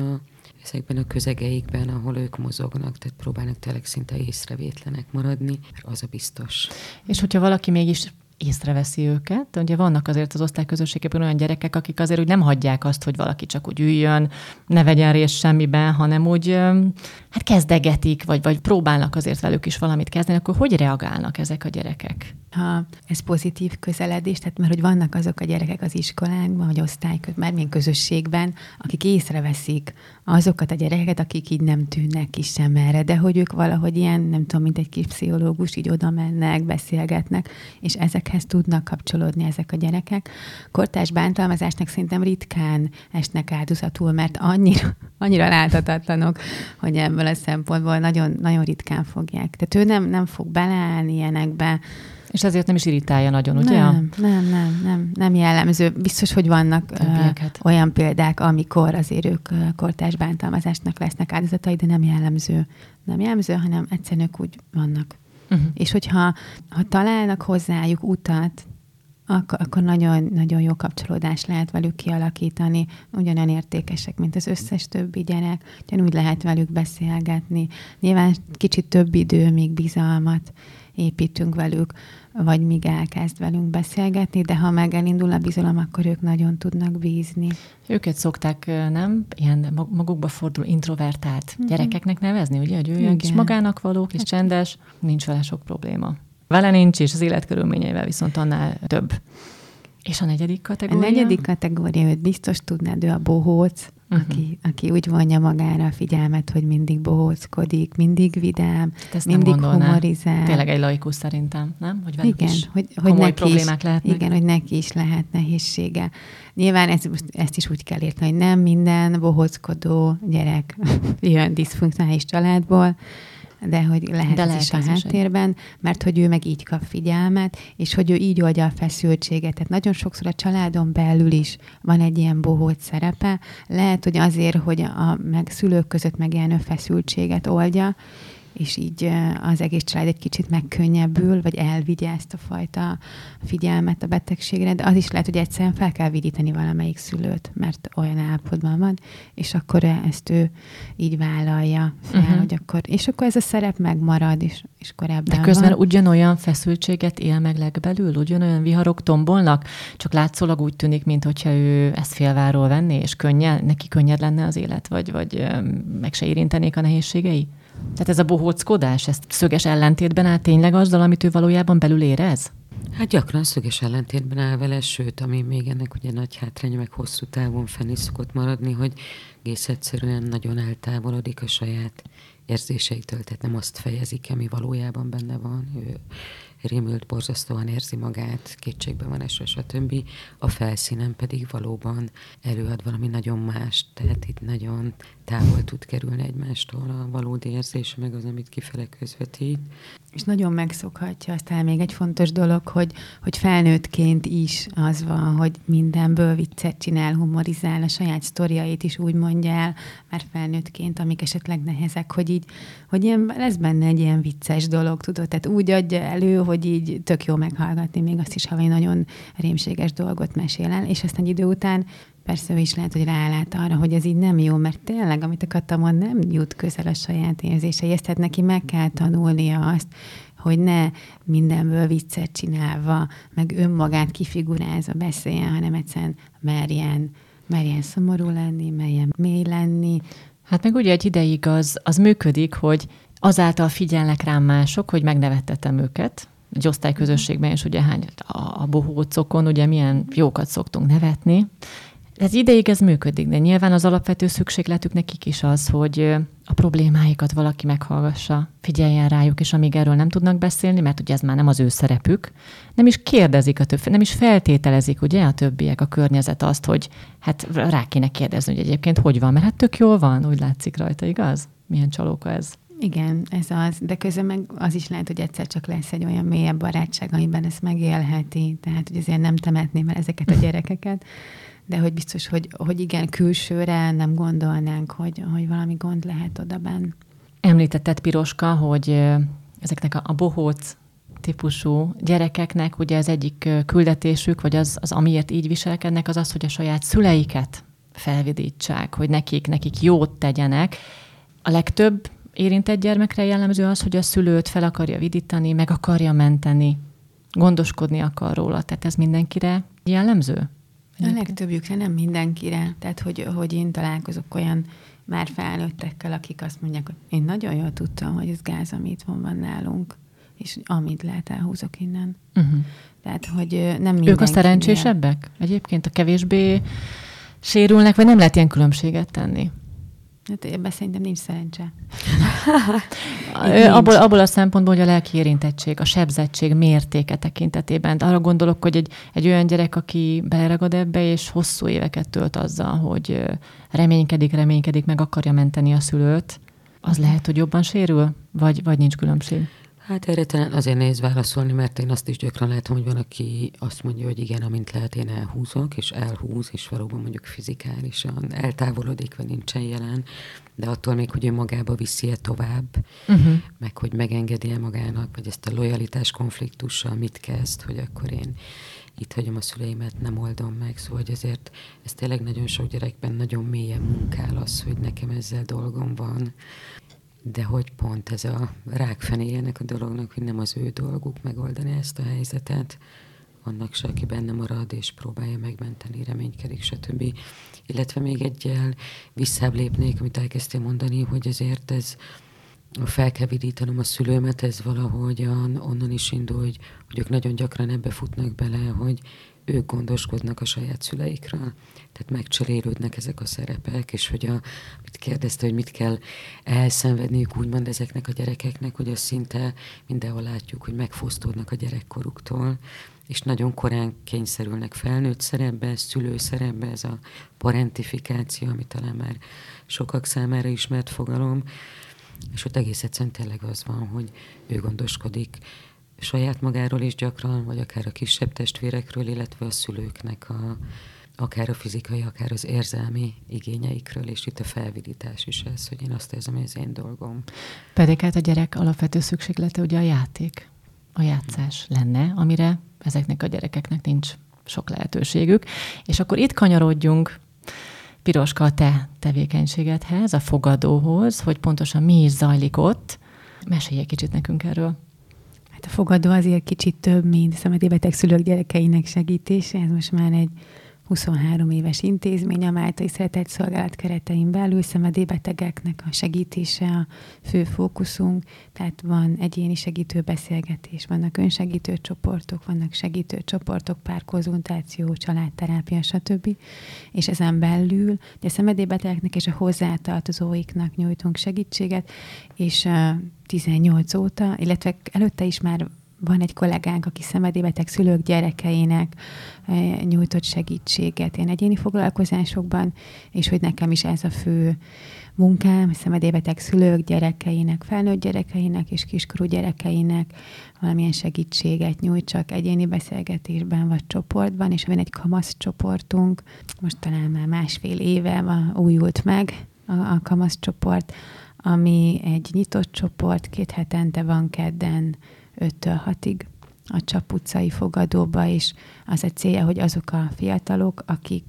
a közegeikben, ahol ők mozognak, tehát próbálnak tényleg szinte észrevétlenek maradni, mert az a biztos. És hogyha valaki mégis észreveszi őket. Ugye vannak azért az osztályközösségében olyan gyerekek, akik azért úgy nem hagyják azt, hogy valaki csak úgy üljön, ne vegyen részt semmiben, hanem úgy hát kezdegetik, vagy próbálnak azért velük is valamit kezdeni, akkor hogy reagálnak ezek a gyerekek? Ha ez pozitív közeledés, tehát mert hogy vannak azok a gyerekek az iskolákban, vagy bármilyen közösségben, akik észreveszik azokat a gyerekeket, akik így nem tűnnek ki sem erre, de hogy ők valahogy ilyen, nem tudom, mint egy kis pszichológus, így oda mennek, beszélgetnek, és ezekhez tudnak kapcsolódni ezek a gyerekek. Kortárs bántalmazásnak szerintem ritkán esnek áldozatul, mert annyira láthatatlanok, hogy ebből a szempontból nagyon, nagyon ritkán fogják. Tehát ő nem fog beleállni ilyenekbe. És ezért nem is irritálja nagyon, ugye? Nem jellemző. Biztos, hogy vannak olyan példák, amikor azért ők kortárs bántalmazásnak lesznek áldozatai, de nem jellemző. Nem jellemző, hanem egyszerűen ők úgy vannak. És hogyha találnak hozzájuk utat, akkor nagyon, nagyon jó kapcsolódást lehet velük kialakítani. Ugyanolyan értékesek, mint az összes többi gyerek. Ugyanúgy lehet velük beszélgetni. Nyilván kicsit több idő, még bizalmat építünk velük, vagy míg elkezd velünk beszélgetni, de ha meg elindul a bizalom, akkor ők nagyon tudnak bízni. Őket szokták, nem? Ilyen magukba forduló introvertált gyerekeknek nevezni, ugye? Hogy ő ilyen kis magának való, kis csendes, nincs vele sok probléma. Vele nincs, és az életkörülményeivel viszont annál több. És a negyedik kategória? A negyedik kategória, őt biztos tudnád, ő a bohóc, aki úgy vonja magára a figyelmet, hogy mindig bohóckodik, mindig vidám, mindig humorizál. Tényleg egy laikus szerintem, nem? Hogy velük igen, is hogy komoly problémák lehetnek. Igen, hogy neki is lehet nehézsége. Nyilván ezt is úgy kell érteni, hogy nem minden bohóckodó gyerek jön diszfunkcionális családból, de hogy lehet ez is a háttérben, mert hogy ő meg így kap figyelmet, és hogy ő így oldja a feszültséget. Tehát nagyon sokszor a családon belül is van egy ilyen bohóc szerepe. Lehet, hogy azért, hogy a szülők között megjelenő feszültséget oldja, és így az egész család egy kicsit megkönnyebbül, vagy elvigye ezt a fajta figyelmet a betegségre, de az is lehet, hogy egyszerűen fel kell vidítani valamelyik szülőt, mert olyan állapotban van, és akkor ezt ő így vállalja fel, hogy akkor, és akkor ez a szerep megmarad, és korábban de közben van. Ugyanolyan feszültséget él meg legbelül, ugyanolyan viharok tombolnak, csak látszólag úgy tűnik, mintha ő ezt félváról venné, és neki könnyed lenne az élet, vagy meg se érintenék a nehézségei? Tehát ez a bohóckodás, ez szöges ellentétben áll tényleg azzal, amit ő valójában belül érez? Hát gyakran szöges ellentétben áll vele, sőt, ami még ennek ugye nagy hátránya, meg hosszú távon fenn is szokott maradni, hogy egész egyszerűen nagyon eltávolodik a saját érzéseitől, tehát nem azt fejezik, ami valójában benne van. Ő rémült, borzasztóan érzi magát, kétségben van esve, stb. A felszínen pedig valóban előad valami nagyon más, tehát itt nagyon távol tud kerülni egymástól a valódi érzése, meg az, amit kifele közvetít. És nagyon megszokhatja. Aztán még egy fontos dolog, hogy felnőttként is az van, hogy mindenből viccet csinál, humorizál, a saját sztoriait is úgy mondja el, már felnőttként, amik esetleg nehezek, hogy ilyen, lesz benne egy ilyen vicces dolog, tudod? Tehát úgy adja elő, hogy így tök jó meghallgatni, még azt is, ha egy nagyon rémséges dolgot mesél el, és aztán egy idő után persze ő is lehet, hogy rálát arra, hogy ez így nem jó, mert tényleg, amit a Kata mond, nem jut közel a saját érzéseihez, tehát neki meg kell tanulnia azt, hogy ne mindenből viccet csinálva, meg önmagát kifigurázva beszéljen, hanem egyszerűen merjen szomorú lenni, merjen mély lenni. Hát meg ugye egy ideig az működik, hogy azáltal figyelnek rám mások, hogy megnevettetem őket. Egy osztályközösségben is ugye a bohócokon ugye milyen jókat szoktunk nevetni. Ez ideig ez működik, de nyilván az alapvető szükségletük nekik is az, hogy a problémáikat valaki meghallgassa, figyeljen rájuk, és amíg erről nem tudnak beszélni, mert ugye ez már nem az ő szerepük, nem is kérdezik nem is feltételezik ugye a többiek, a környezet azt, hogy hát rá kéne kérdezni, hogy egyébként hogy van, mert hát tök jól van, úgy látszik rajta, igaz? Milyen csalóka ez? Igen, ez az, de közben meg az is lehet, hogy egyszer csak lesz egy olyan mélyebb barátság, amiben ezt megélheti, tehát hogy azért nem temetném el ezeket a gyerekeket, de hogy biztos, hogy igen, külsőre nem gondolnánk, hogy valami gond lehet odabenn. Említetted, Piroska, hogy ezeknek a bohóc típusú gyerekeknek ugye az egyik küldetésük, vagy az amiért így viselkednek, az az, hogy a saját szüleiket felvidítsák, hogy nekik jót tegyenek. A legtöbb érintett gyermekre jellemző az, hogy a szülőt fel akarja vidítani, meg akarja menteni, gondoskodni akar róla. Tehát ez mindenkire jellemző? A legtöbbjükre, nem mindenkire. Tehát, hogy én találkozok olyan már felnőttekkel, akik azt mondják, hogy én nagyon jól tudtam, hogy ez gáz, ami itt van nálunk, és amit lehet, elhúzok innen. Uh-huh. Tehát, hogy nem mindenkinél. Ők a szerencsésebbek? Egyébként a kevésbé sérülnek, vagy nem lehet ilyen különbséget tenni? Hát ebben szerintem nincs szerencse. Abból a szempontból, hogy a lelki érintettség, a sebzettség mértéke tekintetében. De arra gondolok, hogy egy olyan gyerek, aki beleragad ebbe, és hosszú éveket tölt azzal, hogy reménykedik, meg akarja menteni a szülőt, az lehet, hogy jobban sérül? Vagy nincs különbség? Hát erre talán azért nehéz válaszolni, mert én azt is gyakran látom, hogy van, aki azt mondja, hogy igen, amint lehet, én elhúzok, és elhúz, és valóban mondjuk fizikálisan eltávolodik, vagy nincsen jelen, de attól még, hogy ő magába viszi-e tovább, meg hogy megengedi-e magának, vagy ezt a lojalitás konfliktussal mit kezd, hogy akkor én itt hagyom a szüleimet, nem oldom meg. Szóval hogy ezért ez tényleg nagyon sok gyerekben nagyon mélyen munkál az, hogy nekem ezzel dolgom van. De hogy pont ez a rákfenéjének a dolognak, hogy nem az ő dolguk megoldani ezt a helyzetet, annak se, aki benne marad, és próbálja megmenteni, reménykedik, stb. Illetve még egyel visszább lépnék, amit elkezdtél mondani, hogy ezért ez, fel kell vidítanom a szülőmet, ez valahogyan onnan is indul, hogy ők nagyon gyakran ebbe futnak bele, hogy ők gondoskodnak a saját szüleikről. Tehát megcserélődnek ezek a szerepek, és hogy amit kérdezte, hogy mit kell elszenvedniük, úgymond ezeknek a gyerekeknek, hogy azt szinte mindenhol látjuk, hogy megfosztódnak a gyerekkoruktól, és nagyon korán kényszerülnek felnőtt szerepbe, szülő szerepbe, ez a parentifikáció, ami talán már sokak számára ismert fogalom, és ott egész egyszerűen tényleg az van, hogy ő gondoskodik saját magáról is gyakran, vagy akár a kisebb testvérekről, illetve a szülőknek akár a fizikai, akár az érzelmi igényeikről, és itt a felvidítás is ez, hogy én azt érzem, hogy ez én dolgom. Pedig hát a gyerek alapvető szükséglete ugye a játék, a játszás lenne, amire ezeknek a gyerekeknek nincs sok lehetőségük. És akkor itt kanyarodjunk, Piroska, a te tevékenységedhez, a fogadóhoz, hogy pontosan mi is zajlik ott. Mesélj egy kicsit nekünk erről. Hát a fogadó azért kicsit több, mint szenvedélybeteg szülők gyerekeinek segítése. Ez most már egy 23 éves intézmény, a Máltai Szeretetszolgálat keretein belül szenvedélybetegeknek a segítése a fő fókuszunk. Tehát van egyéni segítő beszélgetés, vannak önsegítő csoportok, vannak segítő csoportok, párkonzultáció, családterápia, stb. És ezen belül a szenvedélybetegeknek és a hozzátartozóiknak nyújtunk segítséget, és 18 óta, illetve előtte is már van egy kollégánk, aki szenvedélybeteg szülők gyerekeinek nyújtott segítséget ilyen egyéni foglalkozásokban, és hogy nekem is ez a fő munkám, szenvedélybeteg szülők gyerekeinek, felnőtt gyerekeinek és kiskorú gyerekeinek valamilyen segítséget nyújtsak egyéni beszélgetésben vagy csoportban, és van egy kamasz csoportunk, most talán már 1,5 éve újult meg a kamasz csoport, ami egy nyitott csoport, 2 hetente van kedden 5-től 6-ig a Csap utcai fogadóba, és az a célja, hogy azok a fiatalok, akik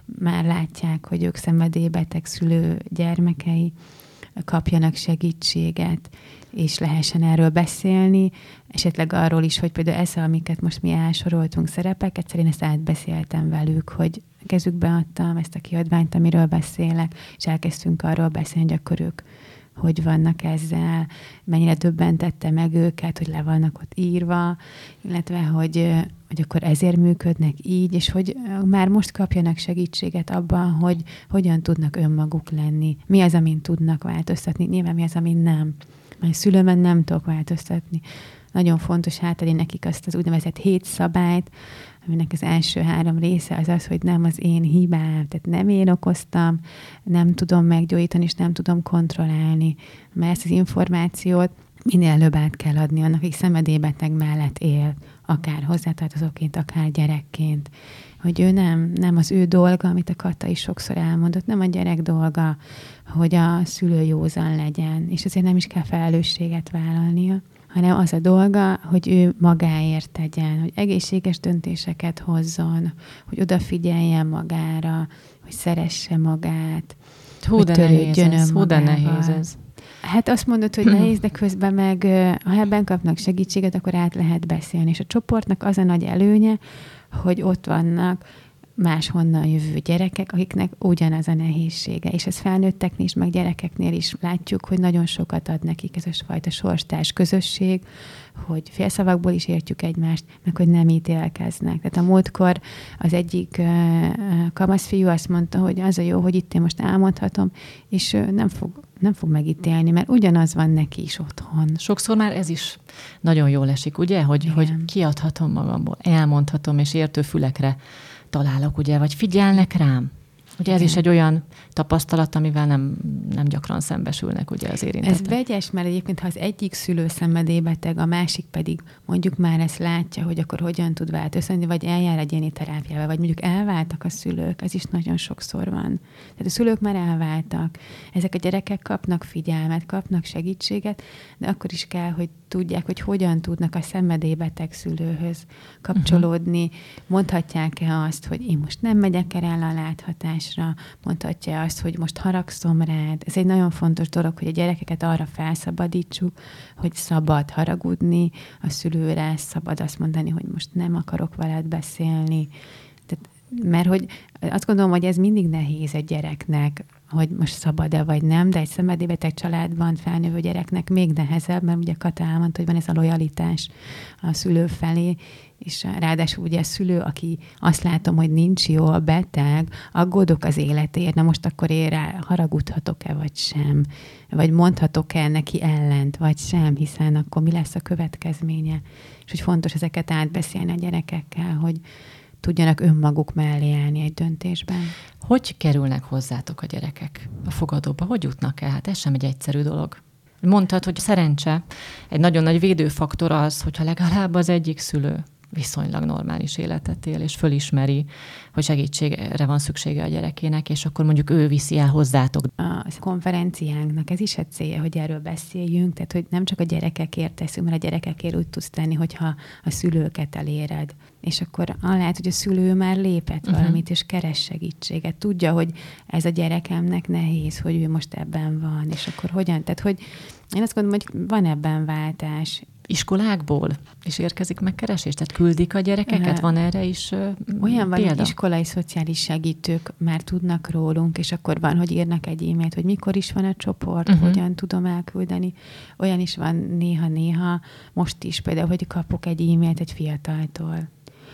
már látják, hogy ők szenvedélybeteg szülő gyermekei, kapjanak segítséget, és lehessen erről beszélni, esetleg arról is, hogy például amiket most mi elsoroltunk szerepeket, én ezt átbeszéltem velük, hogy kezükbe adtam ezt a kiadványt, amiről beszélek, és elkezdtünk arról beszélni, hogy akkor ők hogy vannak ezzel, mennyire döbbentette meg őket, hogy le vannak ott írva, illetve hogy akkor ezért működnek így, és hogy már most kapjanak segítséget abban, hogy hogyan tudnak önmaguk lenni. Mi az, amin tudnak változtatni, nyilván mi az, amin nem. Mert szülőben nem tudok változtatni. Nagyon fontos átadni nekik azt az úgynevezett 7 szabályt, aminek az első 3 része az az, hogy nem az én hibám, tehát nem én okoztam, nem tudom meggyógyítani, és nem tudom kontrollálni. Mert ezt az információt minél előbb át kell adni annak, akik szenvedélybeteg mellett él, akár hozzátartozóként, akár gyerekként. Hogy ő nem az ő dolga, amit a Kata is sokszor elmondott, nem a gyerek dolga, hogy a szülő józan legyen, és azért nem is kell felelősséget vállalnia, hanem az a dolga, hogy ő magáért tegyen, hogy egészséges döntéseket hozzon, hogy odafigyeljen magára, hogy szeresse magát, hogy törődjön önmagával. Nehéz ez. Hát azt mondod, hogy nehéz, de közben meg, ha ebben kapnak segítséget, akkor át lehet beszélni. És a csoportnak az a nagy előnye, hogy ott vannak máshonnan jövő gyerekek, akiknek ugyanaz a nehézsége. És ez felnőtteknél is, meg gyerekeknél is látjuk, hogy nagyon sokat ad nekik ez a fajta sorstárs közösség, hogy félszavakból is értjük egymást, meg hogy nem ítélkeznek. Tehát a múltkor az egyik kamaszfiú azt mondta, hogy az a jó, hogy itt én most elmondhatom, és nem fog megítélni, mert ugyanaz van neki is otthon. Sokszor már ez is nagyon jól esik, ugye? Hogy kiadhatom magamból, elmondhatom, és értő fülekre találok, ugye? Vagy figyelnek rám. Ugye ez is egy olyan tapasztalat, amivel nem gyakran szembesülnek ugye az érintettek. Ez vegyes, mert egyébként ha az egyik szülő szenvedélybeteg, a másik pedig mondjuk már ezt látja, hogy akkor hogyan tud változni, vagy eljár egyéni terápiával, vagy mondjuk elváltak a szülők, ez is nagyon sokszor van. Tehát a szülők már elváltak. Ezek a gyerekek kapnak figyelmet, kapnak segítséget, de akkor is kell, hogy tudják, hogy hogyan tudnak a szenvedélybeteg szülőhöz kapcsolódni. Mondhatják-e azt, hogy én most nem megyek el a láthatásra, mondhatja azt, hogy most haragszom rád. Ez egy nagyon fontos dolog, hogy a gyerekeket arra felszabadítsuk, hogy szabad haragudni a szülőre, szabad azt mondani, hogy most nem akarok veled beszélni. Tehát, mert hogy azt gondolom, hogy ez mindig nehéz egy gyereknek, hogy most szabad-e vagy nem, de egy szenvedélybeteg családban felnővő gyereknek még nehezebb, mert ugye Kata elmondta, hogy van ez a lojalitás a szülő felé, és ráadásul ugye a szülő, aki azt látom, hogy nincs jó, a beteg, aggódok az életért, na most akkor én rá haragudhatok-e, vagy sem? Vagy mondhatok-e neki ellent, vagy sem, hiszen akkor mi lesz a következménye? És hogy fontos ezeket átbeszélni a gyerekekkel, hogy tudjanak önmaguk mellé állni egy döntésben. Hogy kerülnek hozzátok a gyerekek a fogadóba? Hogy jutnak el? Hát ez sem egy egyszerű dolog. Mondtad, hogy szerencse. Egy nagyon nagy védőfaktor az, hogyha legalább az egyik szülő viszonylag normális életet él, és fölismeri, hogy segítségre van szüksége a gyerekének, és akkor mondjuk ő viszi el hozzátok. A konferenciánknak ez is a célja, hogy erről beszéljünk, tehát hogy nem csak a gyerekekért teszünk, mert a gyerekekért úgy tudsz tenni, hogyha a szülőket eléred. És akkor lehet, hogy a szülő már lépett valamit, és keres segítséget. Tudja, hogy ez a gyerekemnek nehéz, hogy ő most ebben van, és akkor hogyan? Tehát, hogy én azt gondolom, hogy van ebben váltás. Iskolákból is érkezik megkeresés? Tehát küldik a gyerekeket? Van erre is olyan példa? Van, iskolai szociális segítők már tudnak rólunk, és akkor van, hogy írnak egy e-mailt, hogy mikor is van a csoport, hogyan tudom elküldeni. Olyan is van néha, most is például, hogy kapok egy e-mailt egy fiataltól,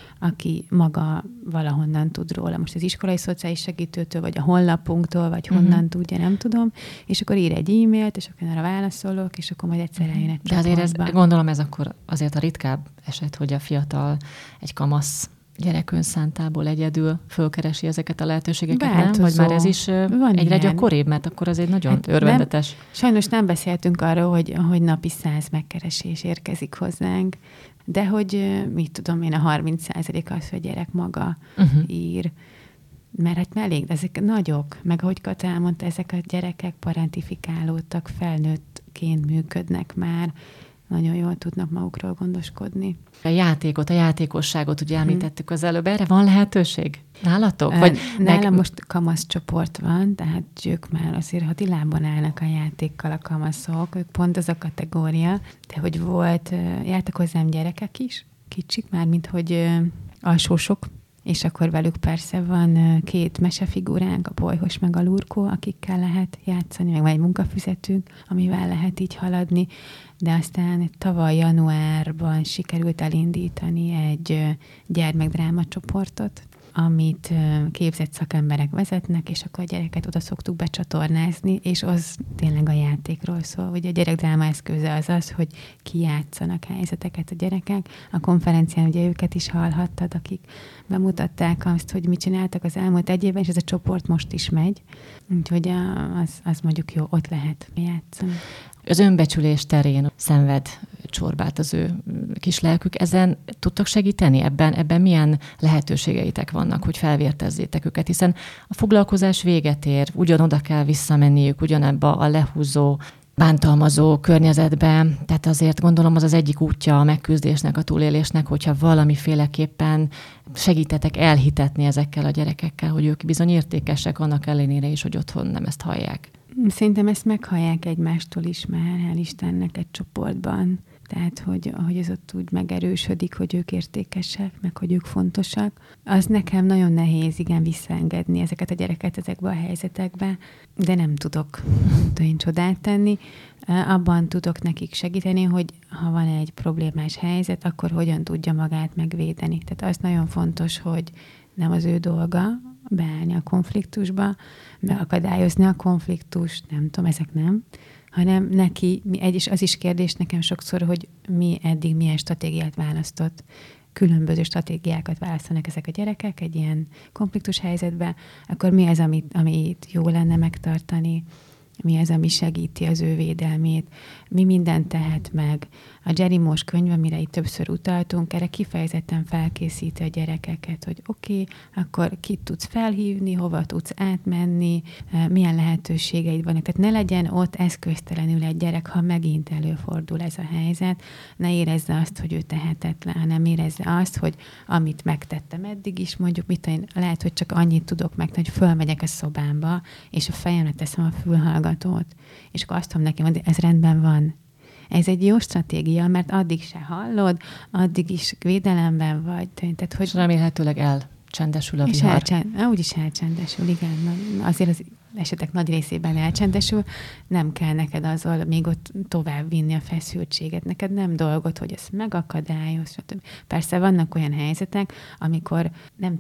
aki maga valahonnan tud róla. Most az iskolai szociális segítőtől, vagy a honlapunktól, vagy honnan tudja, nem tudom. És akkor ír egy e-mailt, és akkor arra válaszolok, és akkor majd egyszer eljön egy csoportba. De azért gondolom ez akkor azért a ritkább eset, hogy a fiatal egy kamasz gyerek önszántából egyedül fölkeresi ezeket a lehetőségeket, nem? Vagy már ez is egyre gyakoribb, mert akkor az egy nagyon örvendetes. Sajnos nem beszéltünk arról, hogy napi 100 megkeresés érkezik hozzánk, de hogy mit tudom én, a 30% az, hogy a gyerek maga ír. Mert hát elég, de ezek nagyok. Meg ahogy Kata elmondta, ezek a gyerekek parentifikálódtak, felnőttként működnek már. nagyon jól tudnak magukról gondoskodni. A játékot, a játékosságot ugye említettük az előbb. Erre van lehetőség nálatok? Vagy nálam most kamasz csoport van, tehát ők már azért hadilában állnak a játékkal a kamaszok, ők pont az a kategória, de hogy jártak hozzám gyerekek is, kicsik már, mint hogy alsósok, és akkor velük persze van 2 mesefiguránk, a Bolyhos meg a Lurkó, akikkel lehet játszani, meg van egy munkafüzetünk, amivel lehet így haladni, de aztán tavaly januárban sikerült elindítani egy gyermekdráma csoportot, amit képzett szakemberek vezetnek, és akkor a gyereket oda szoktuk becsatornázni, és az tényleg a játékról szól. Ugye a gyerekdráma eszköze az, hogy kijátszanak helyzeteket a gyerekek. A konferencián ugye őket is hallhattad, akik bemutatták azt, hogy mit csináltak az elmúlt 1 évben, és ez a csoport most is megy. Úgyhogy az mondjuk jó, ott lehet játszani. Az önbecsülés terén szenved csorbát az ő kis lelkük. Ezen tudtok segíteni? Ebben milyen lehetőségeitek vannak, hogy felvértezzétek őket? Hiszen a foglalkozás véget ér, ugyanoda kell visszamenniük, ugyanebbe a lehúzó, bántalmazó környezetbe. Tehát azért gondolom az egyik útja a megküzdésnek, a túlélésnek, hogyha valamiféleképpen segítetek elhitetni ezekkel a gyerekekkel, hogy ők bizony értékesek annak ellenére is, hogy otthon nem ezt hallják. Szerintem ezt meghallják egymástól is már, hál' Istennek, egy csoportban. Tehát, hogy ez ott úgy megerősödik, hogy ők értékesek, meg hogy ők fontosak. Az nekem nagyon nehéz, igen, visszaengedni ezeket a gyereket ezekbe a helyzetekbe, de nem tudok én csodát tenni. Abban tudok nekik segíteni, hogy ha van egy problémás helyzet, akkor hogyan tudja magát megvédeni. Tehát az nagyon fontos, hogy nem az ő dolga beállni a konfliktusba, megakadályozni a konfliktust, nem tudom, ezek nem, hanem neki, és az is kérdés nekem sokszor, hogy eddig milyen stratégiát választott. Különböző stratégiákat választanak ezek a gyerekek egy ilyen konfliktus helyzetben, akkor mi az, amit jó lenne megtartani, mi az, ami segíti az ő védelmét, mi mindent tehet meg. A Jerry Moss könyv, amire itt többször utaltunk, erre kifejezetten felkészíti a gyerekeket, hogy oké, akkor kit tudsz felhívni, hova tudsz átmenni, milyen lehetőségeid vannak. Tehát ne legyen ott eszköztelenül egy gyerek, ha megint előfordul ez a helyzet, ne érezze azt, hogy ő tehetetlen, hanem érezze azt, hogy amit megtettem eddig is, mondjuk lehet, hogy csak annyit tudok megtenni, hogy fölmegyek a szobámba, és a fejemre teszem a fülhallgatót, és akkor azt mondom neki, hogy ez rendben van. Ez egy jó stratégia, mert addig se hallod, addig is védelemben vagy. Tehát, hogy... És remélhetőleg elcsendesül a vihar. Úgyis elcsendesül, igen. Azért az esetek nagy részében elcsendesül, nem kell neked azzal még ott tovább vinni a feszültséget. Neked nem dolgod, hogy ezt megakadályoz. Persze vannak olyan helyzetek, amikor nem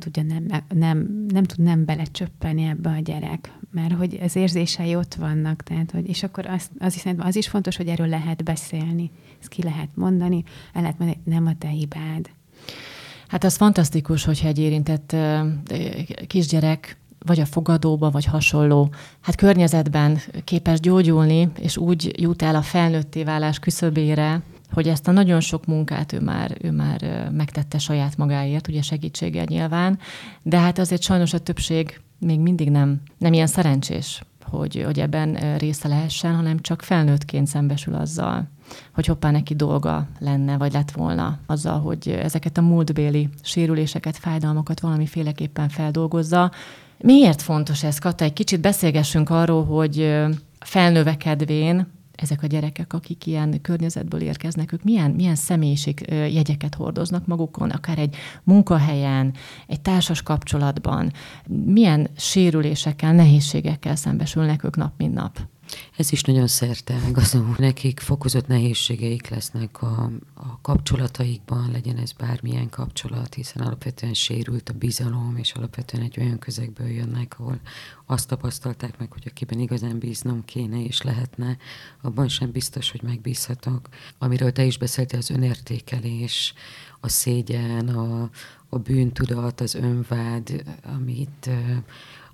tud nem belecsöppeni ebbe a gyerek, mert hogy az érzései ott vannak. Tehát, hogy, és akkor az is fontos, hogy erről lehet beszélni. Ezt ki lehet mondani, el lehet mondani, nem a te hibád. Hát az fantasztikus, hogyha egy érintett kisgyerek vagy a fogadóba, vagy hasonló környezetben képes gyógyulni, és úgy jut el a felnőtté válás küszöbére, hogy ezt a nagyon sok munkát ő már megtette saját magáért, ugye segítséggel nyilván, de hát azért sajnos a többség még mindig nem ilyen szerencsés, hogy ebben része lehessen, hanem csak felnőttként szembesül azzal, hogy hoppá neki dolga lenne, vagy lett volna azzal, hogy ezeket a múltbéli sérüléseket, fájdalmakat valamiféleképpen feldolgozza. Miért fontos ez, Kata? Egy kicsit beszélgessünk arról, hogy felnövekedvén ezek a gyerekek, akik ilyen környezetből érkeznek, ők milyen személyiségjegyeket hordoznak magukon, akár egy munkahelyen, egy társas kapcsolatban, milyen sérülésekkel, nehézségekkel szembesülnek ők nap, mint nap. Ez is nagyon szerteágazó. Nekik fokozott nehézségeik lesznek a kapcsolataikban, legyen ez bármilyen kapcsolat, hiszen alapvetően sérült a bizalom, és alapvetően egy olyan közegből jönnek, ahol azt tapasztalták meg, hogy akiben igazán bíznom kéne és lehetne, abban sem biztos, hogy megbízhatok. Amiről te is beszéltél, az önértékelés, a szégyen, a bűntudat, az önvád, amit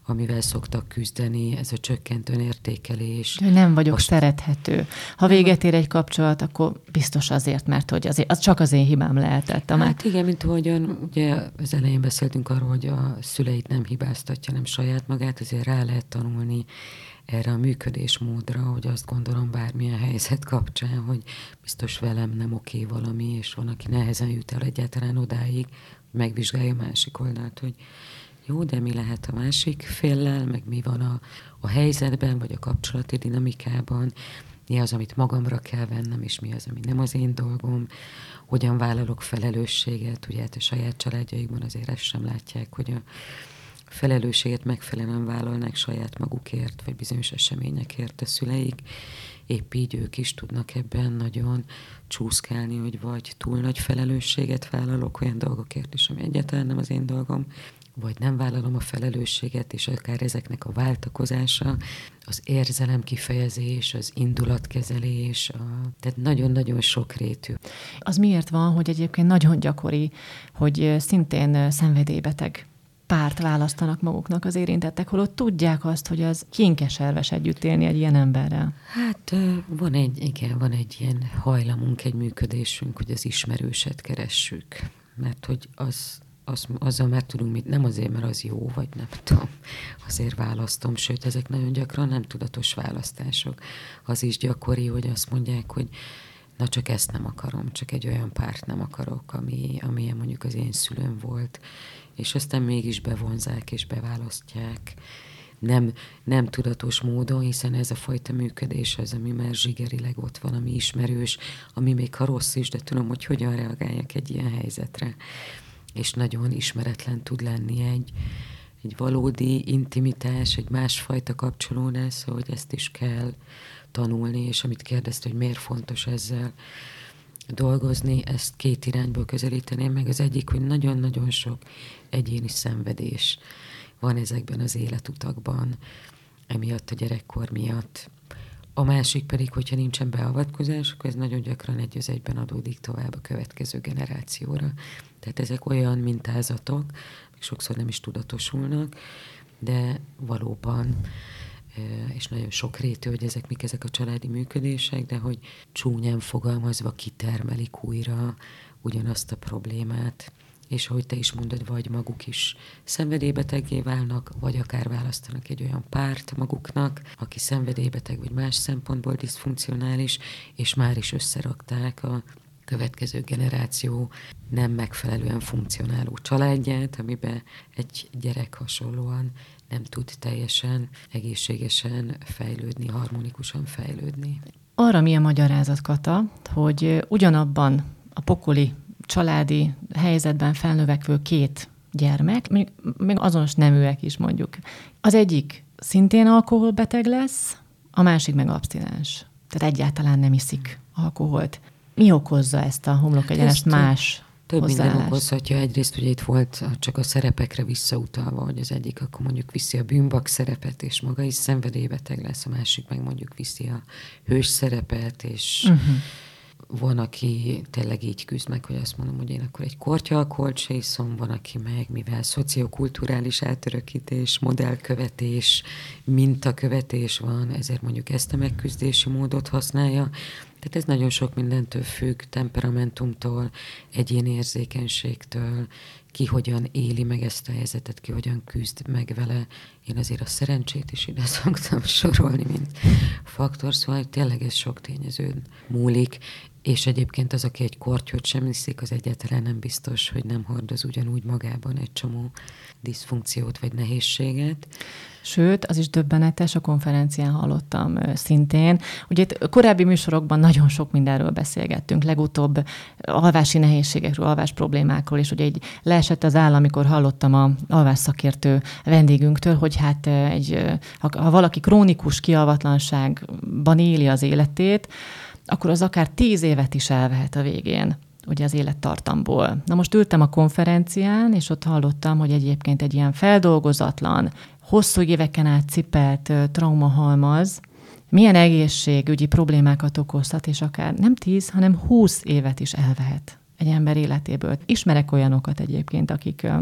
amivel szoktak küzdeni, ez a csökkent önértékelés. Nem vagyok szerethető. Ha véget ér egy kapcsolat, akkor biztos azért, mert hogy az csak az én hibám lehetett. Hát igen, mint ahogyan ugye az elején beszéltünk arról, hogy a szüleit nem hibáztatja, nem saját magát, azért rá lehet tanulni erre a működésmódra, hogy azt gondolom bármilyen helyzet kapcsán, hogy biztos velem nem oké valami, és van, aki nehezen jut el egyáltalán odáig, hogy megvizsgálja a másik oldalt, hogy jó, de mi lehet a másik féllel, meg mi van a helyzetben, vagy a kapcsolati dinamikában, mi az, amit magamra kell vennem, és mi az, ami nem az én dolgom, hogyan vállalok felelősséget, ugye hát a saját családjaikban azért ezt sem látják, hogy a felelősséget megfelelően vállalnak saját magukért, vagy bizonyos eseményekért a szüleik. Épp így ők is tudnak ebben nagyon csúszkálni, hogy vagy túl nagy felelősséget vállalok olyan dolgokért is, ami egyáltalán nem az én dolgom, vagy nem vállalom a felelősséget, és akár ezeknek a váltakozása, az érzelem kifejezés, az indulatkezelés, tehát nagyon-nagyon sokrétű. Az miért van, hogy egyébként nagyon gyakori, hogy szintén szenvedélybeteg párt választanak maguknak az érintettek, holott tudják azt, hogy az kínkeserves együtt élni egy ilyen emberrel? Hát van egy ilyen hajlamunk, egy működésünk, hogy az ismerőset keressük, mert hogy azzal már tudunk, nem azért, mert az jó, vagy nem tudom, azért választom, sőt, ezek nagyon gyakran nem tudatos választások. Az is gyakori, hogy azt mondják, hogy na csak ezt nem akarom, csak egy olyan párt nem akarok, amilyen mondjuk az én szülőm volt, és aztán mégis bevonzák és beválasztják. Nem tudatos módon, hiszen ez a fajta működés az, ami már zsigerileg ott van, ami ismerős, ami még ha rossz is, de tudom, hogy hogyan reagáljak egy ilyen helyzetre. És nagyon ismeretlen tud lenni egy valódi intimitás, egy másfajta kapcsolódás, szóval hogy ezt is kell tanulni, és amit kérdezte, hogy miért fontos ezzel dolgozni, ezt két irányból közelíteném meg. Az egyik, hogy nagyon-nagyon sok egyéni szenvedés van ezekben az életutakban, emiatt a gyerekkor miatt. A másik pedig, hogyha nincsen beavatkozás, akkor ez nagyon gyakran egy az egyben adódik tovább a következő generációra. Tehát ezek olyan mintázatok, sokszor nem is tudatosulnak, de valóban, és nagyon sokrétű, hogy mik ezek a családi működések, de hogy csúnyán fogalmazva kitermelik újra ugyanazt a problémát, és ahogy te is mondod, vagy maguk is szenvedélybeteggé válnak, vagy akár választanak egy olyan párt maguknak, aki szenvedélybeteg, vagy más szempontból diszfunkcionális, és már is összerakták a következő generáció nem megfelelően funkcionáló családját, amiben egy gyerek hasonlóan nem tud teljesen egészségesen fejlődni, harmonikusan fejlődni. Arra mi a magyarázat, Kata, hogy ugyanabban a pokoli családi helyzetben felnövekvő két gyermek, még azonos neműek is mondjuk. Az egyik szintén alkoholbeteg lesz, a másik meg abstinens. Tehát egyáltalán nem iszik alkoholt. Mi okozza ezt a homlokegyenest más több hozzáállást? minden okozhatja. Egyrészt ugye itt volt csak a szerepekre visszautalva, hogy az egyik akkor mondjuk viszi a bűnbak szerepet, és maga is szenvedélybeteg lesz, a másik meg mondjuk viszi a hős szerepet, és van, aki tényleg így küzd meg, hogy azt mondom, hogy én akkor egy kortyalkoholt se iszom, van, aki meg, mivel szociokulturális átörökítés, modellkövetés, mintakövetés van, ezért mondjuk ezt a megküzdési módot használja. Tehát ez nagyon sok mindentől függ, temperamentumtól, egyéni érzékenységtől, ki hogyan éli meg ezt a helyzetet, ki hogyan küzd meg vele. Én azért a szerencsét is ide szoktam sorolni, mint faktor, szóval tényleg ez sok tényezőn múlik, és egyébként az, aki egy kortyot sem iszik, az egyáltalán nem biztos, hogy nem hordoz ugyanúgy magában egy csomó diszfunkciót vagy nehézséget. Sőt, az is döbbenetes, a konferencián hallottam szintén. Ugye itt korábbi műsorokban nagyon sok mindenről beszélgettünk, legutóbb alvási nehézségekről, alvás problémákról, és ugye így leesett az áll, amikor hallottam a alvás szakértő vendégünktől, hogy hát ha valaki krónikus kialvatlanságban éli az életét, akkor az akár 10 évet is elvehet a végén, ugye az élettartamból. Na most ültem a konferencián, és ott hallottam, hogy egyébként egy ilyen feldolgozatlan, hosszú éveken át cipelt traumahalmaz milyen egészségügyi problémákat okozhat, és akár nem 10, hanem 20 évet is elvehet egy ember életéből. Ismerek olyanokat egyébként, akik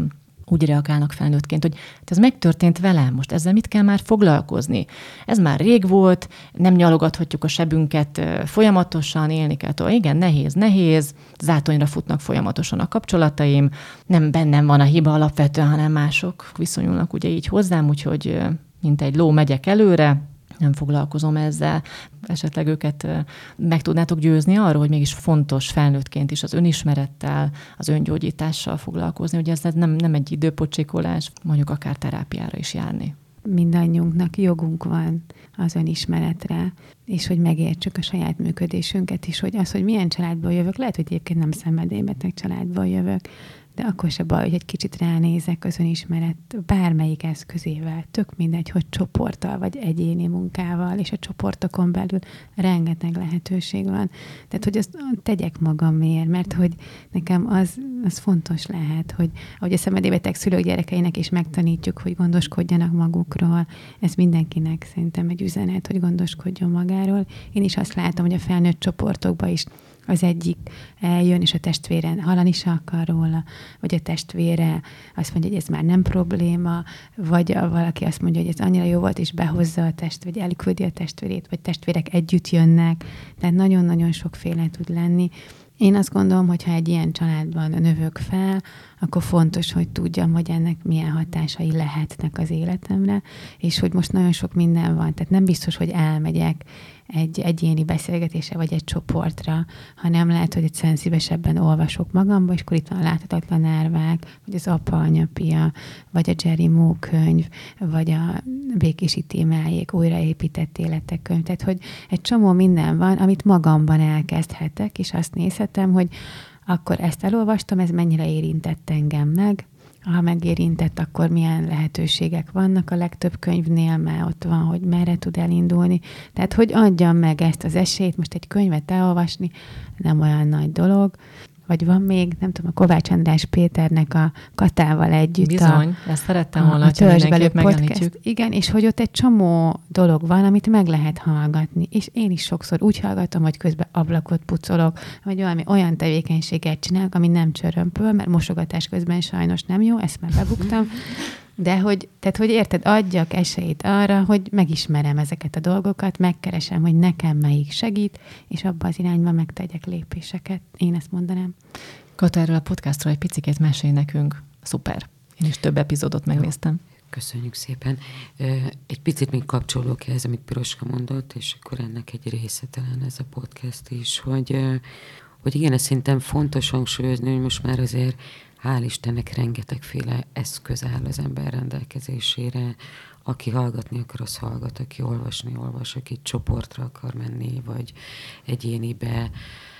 úgy reagálnak felnőttként, hogy ez megtörtént velem, most ezzel mit kell már foglalkozni? Ez már rég volt, nem nyalogathatjuk a sebünket folyamatosan, élni kell. Igen, nehéz, zátonyra futnak folyamatosan a kapcsolataim, nem bennem van a hiba alapvetően, hanem mások viszonyulnak ugye így hozzám, úgyhogy mint egy ló megyek előre, nem foglalkozom ezzel. Esetleg őket meg tudnátok győzni arról, hogy mégis fontos felnőttként is az önismerettel, az öngyógyítással foglalkozni. Ugye ez nem egy időpocsékolás, mondjuk akár terápiára is járni. Mindannyiunknak jogunk van az önismeretre, és hogy megértsük a saját működésünket is, hogy az, hogy milyen családból jövök, lehet, hogy egyébként nem szenvedélybeteg családból jövök, de akkor se baj, hogy egy kicsit ránézek az önismeret bármelyik eszközével, tök mindegy, hogy csoporttal vagy egyéni munkával, és a csoportokon belül rengeteg lehetőség van. Tehát, hogy azt tegyek magamért, mert hogy nekem az fontos lehet, hogy ahogy a szenvedélybeteg szülők gyerekeinek is megtanítjuk, hogy gondoskodjanak magukról, ez mindenkinek szerintem egy üzenet, hogy gondoskodjon magáról. Én is azt látom, hogy a felnőtt csoportokban is az egyik eljön, és a testvére hallani se akar róla, vagy a testvére azt mondja, hogy ez már nem probléma, vagy valaki azt mondja, hogy ez annyira jó volt, és behozza a testvért, vagy elküldi a testvérét, vagy testvérek együtt jönnek. Tehát nagyon-nagyon sokféle tud lenni. Én azt gondolom, hogy ha egy ilyen családban növök fel, akkor fontos, hogy tudjam, hogy ennek milyen hatásai lehetnek az életemre, és hogy most nagyon sok minden van. Tehát nem biztos, hogy elmegyek egy egyéni beszélgetésre, vagy egy csoportra, hanem lehet, hogy egyszerűen szívesebben olvasok magamba, és akkor itt van a Láthatatlan árvák, vagy az Apa, Anya, Pia, vagy a Jerry Moe könyv, vagy a Békési Tímeljék újraépített életek könyv. Tehát, hogy egy csomó minden van, amit magamban elkezdhetek, és azt nézhetem, hogy akkor ezt elolvastam, ez mennyire érintett engem meg. Ha megérintett, akkor milyen lehetőségek vannak a legtöbb könyvnél, mert ott van, hogy merre tud elindulni. Tehát, hogy adjam meg ezt az esélyt, most egy könyvet elolvasni, nem olyan nagy dolog. Vagy van még, nem tudom, a Kovács András Péternek a Katával együtt. Bizony, ezt szerettem volna, hogy mindenképp megemlítjük. Igen, és hogy ott egy csomó dolog van, amit meg lehet hallgatni. És én is sokszor úgy hallgatom, hogy közben ablakot pucolok, vagy valami olyan tevékenységet csinálok, ami nem csörömpöl, mert mosogatás közben sajnos nem jó, ezt már bebuktam. De hogy érted, adjak esélyt arra, hogy megismerem ezeket a dolgokat, megkeresem, hogy nekem melyik segít, és abba az irányba megtegyek lépéseket. Én ezt mondanám. Kata, erről a podcastról egy picikét mesélj nekünk. Szuper. Én is több epizódot megnéztem. Köszönjük szépen. Egy picit még kapcsolók ehhez, amit Piroska mondott, és akkor ennek egy része talán ez a podcast is, hogy igen, ez szerintem fontos hangsúlyozni, hogy most már azért hál' Istennek rengetegféle eszköz áll az ember rendelkezésére. Aki hallgatni akar, az hallgat, aki olvasni olvas, aki csoportra akar menni, vagy egyénibe,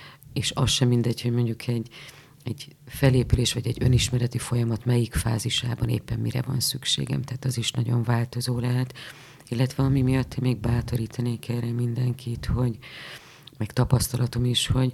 és az sem mindegy, hogy mondjuk egy felépülés, vagy egy önismereti folyamat melyik fázisában éppen mire van szükségem, tehát az is nagyon változó lehet. Illetve ami miatt én még bátorítanék erre mindenkit, hogy meg tapasztalatom is, hogy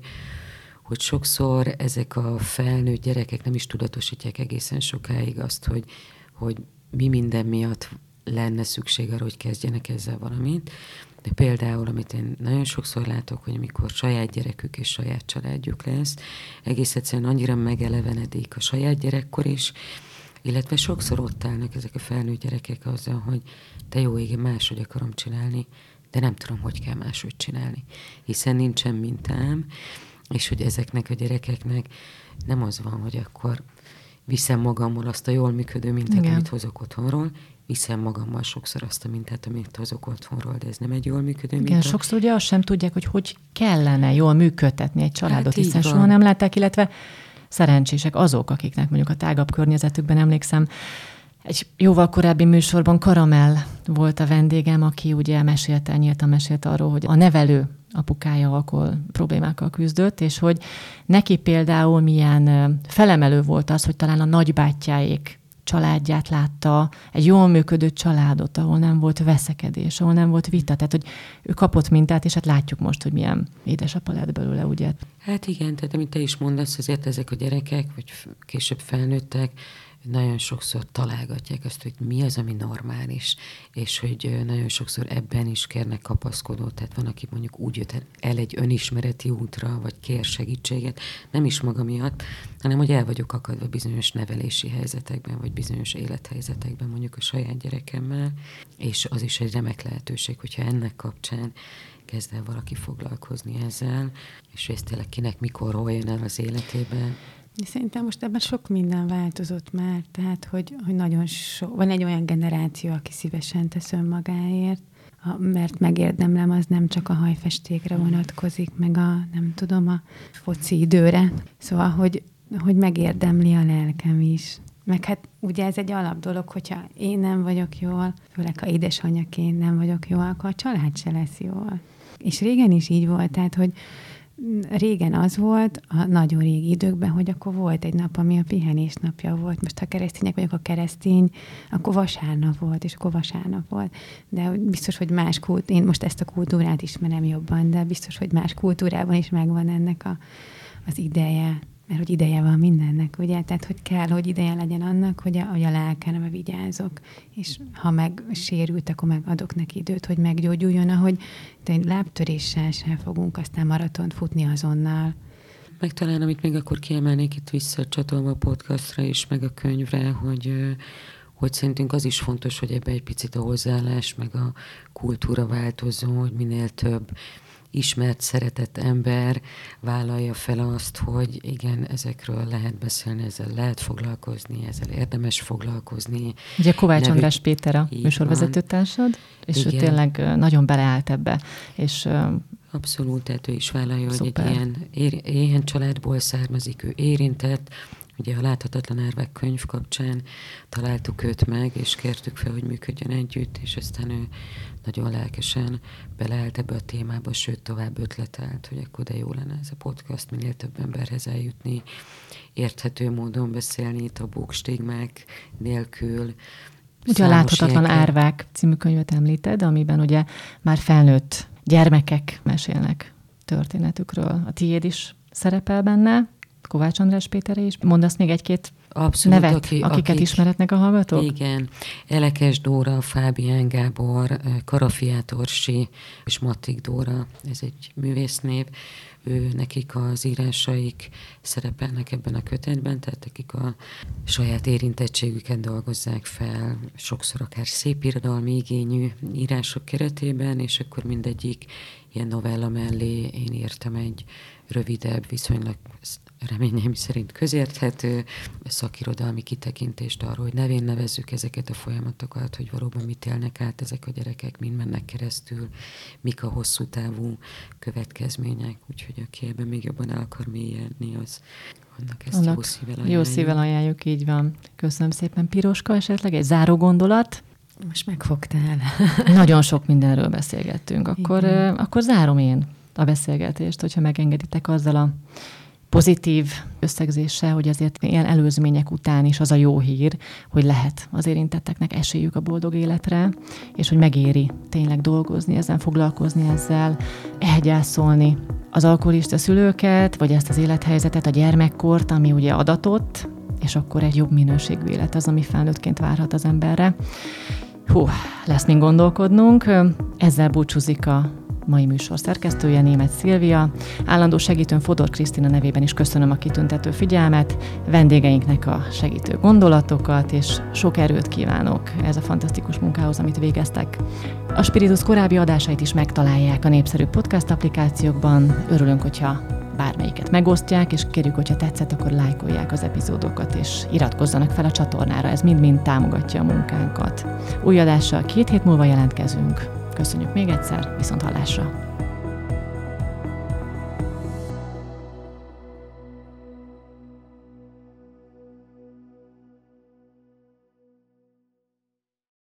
sokszor ezek a felnőtt gyerekek nem is tudatosítják egészen sokáig azt, hogy mi minden miatt lenne szükség arra, hogy kezdjenek ezzel valamit. De például, amit én nagyon sokszor látok, hogy amikor saját gyerekük és saját családjuk lesz, egész egyszerűen annyira megelevenedik a saját gyerekkor is, illetve sokszor ott állnak ezek a felnőtt gyerekek azzal, hogy te jó ég, máshogy akarom csinálni, de nem tudom, hogy kell máshogy csinálni. Hiszen nincsen mintám, és hogy ezeknek a gyerekeknek nem az van, hogy akkor viszem magammal azt a jól működő mintát, igen, amit hozok otthonról, viszem magammal sokszor azt a mintát, amit hozok otthonról, de ez nem egy jól működő minta. Igen, sokszor ugye azt sem tudják, hogy kellene jól működtetni egy családot, hiszen soha nem látták, illetve szerencsések azok, akiknek mondjuk a tágabb környezetükben emlékszem, egy jóval korábbi műsorban Karamell volt a vendégem, aki ugye nyíltan mesélt arról, hogy a nevelő apukája alkohol problémákkal küzdött, és hogy neki például milyen felemelő volt az, hogy talán a nagybátyjáék családját látta, egy jól működő családot, ahol nem volt veszekedés, ahol nem volt vita, tehát hogy ő kapott mintát, és hát látjuk most, hogy milyen édesapa lett belőle, ugye? Hát igen, tehát amit te is mondasz, azért ezek a gyerekek, vagy később felnőttek, nagyon sokszor találgatják azt, hogy mi az, ami normális, és hogy nagyon sokszor ebben is kérnek kapaszkodót, tehát van, aki mondjuk úgy jött el egy önismereti útra, vagy kér segítséget, nem is maga miatt, hanem hogy el vagyok akadva bizonyos nevelési helyzetekben, vagy bizonyos élethelyzetekben, mondjuk a saját gyerekemmel, és az is egy remek lehetőség, hogyha ennek kapcsán kezd el valaki foglalkozni ezzel, és ez tényleg kinek mikor, hol jön el az életében. Szerintem most ebben sok minden változott már, tehát, hogy nagyon van egy olyan generáció, aki szívesen tesz önmagáért, mert megérdemlem, az nem csak a hajfestékre vonatkozik, meg a foci időre. Szóval, hogy megérdemli a lelkem is. Meg hát ugye ez egy alap dolog, hogyha én nem vagyok jól, főleg ha édesanyjaként nem vagyok jól, akkor a család se lesz jól. És régen is így volt, tehát, hogy régen az volt, a nagyon régi időkben, hogy akkor volt egy nap, ami a pihenés napja volt. Most ha keresztények vagyok, a keresztény, akkor vasárnap volt, és akkor vasárnap volt. De biztos, hogy más én most ezt a kultúrát ismerem jobban, de biztos, hogy más kultúrában is megvan ennek az ideje. Mert hogy ideje van mindennek, ugye? Tehát, hogy kell, hogy ideje legyen annak, hogy a lelkemre vigyázok. És ha megsérült, akkor meg adok neki időt, hogy meggyógyuljon, ahogy egy lábtöréssel sem fogunk aztán maratont futni azonnal. Meg talán, amit még akkor kiemelnék itt visszacsatolva a podcastra és meg a könyvre, hogy szerintünk az is fontos, hogy ebbe egy picit a hozzáállás, meg a kultúra változó, hogy minél több ismert, szeretett ember vállalja fel azt, hogy igen, ezekről lehet beszélni, ezzel lehet foglalkozni, ezzel érdemes foglalkozni. Ugye Kovács András Péter a műsorvezetőtársad, és igen. Ő tényleg nagyon beleállt ebbe. És abszolút, tehát ő is vállalja, szuper. Hogy egy ilyen családból származik, ő érintett. Ugye a Láthatatlan Árvák könyv kapcsán találtuk őt meg, és kértük fel, hogy működjön együtt, és aztán ő nagyon lelkesen beleállt ebbe a témába, sőt tovább ötletelt, hogy akkor de jó lenne ez a podcast, minél több emberhez eljutni, érthető módon beszélni, tabuk, stigmák nélkül. Ugye a Láthatatlan Árvák című könyvet említed, amiben ugye már felnőtt gyermekek mesélnek történetükről. A tiéd is szerepel benne, Kovács András Péteré is. Mondasz még egy-két abszolút, nevet, akiket ismeretnek a hallgatók? Igen. Elekes Dóra, Fábián Gábor, Karafiát Orsi és Mattik Dóra, ez egy művésznév. Nekik az írásaik szerepelnek ebben a kötetben, tehát akik a saját érintettségüket dolgozzák fel, sokszor akár szépirodalmi igényű írások keretében, és akkor mindegyik ilyen novella mellé én írtam egy rövidebb, viszonylag reményeim szerint közérthető szakirodalmi kitekintést arról, hogy nevén nevezzük ezeket a folyamatokat, hogy valóban mit élnek át ezek a gyerekek, mind mennek keresztül, mik a hosszú távú következmények, úgyhogy aki ebben még jobban el akar mélyedni, az annak ezt jó szívvel ajánljuk. Jó szívvel ajánljuk, így van. Köszönöm szépen. Piroska, esetleg egy záró gondolat? Most megfogtál. Nagyon sok mindenről beszélgettünk. Akkor zárom én a beszélgetést, hogyha megengeditek azzal a pozitív összegzéssel, hogy azért ilyen előzmények után is az a jó hír, hogy lehet az érintetteknek esélyük a boldog életre, és hogy megéri tényleg dolgozni ezen, foglalkozni ezzel, elgyászolni az alkoholista szülőket, vagy ezt az élethelyzetet, a gyermekkort, ami ugye adatott, és akkor egy jobb minőségű élet az, ami felnőttként várhat az emberre. Lesz még gondolkodnunk. Ezzel búcsúzik a mai műsor szerkesztője, Németh Szilvia. Állandó segítőn Fodor Krisztina nevében is köszönöm a kitüntető figyelmet, vendégeinknek a segítő gondolatokat, és sok erőt kívánok ez a fantasztikus munkához, amit végeztek. A Spiritus korábbi adásait is megtalálják a népszerű podcast applikációkban. Örülünk, hogyha bármelyiket megosztják, és kérjük, hogyha tetszett, akkor lájkolják az epizódokat, és iratkozzanak fel a csatornára, ez mind-mind támogatja a munkánkat. Új adással 2 hét múlva jelentkezünk. Köszönjük még egyszer, viszont hallásra!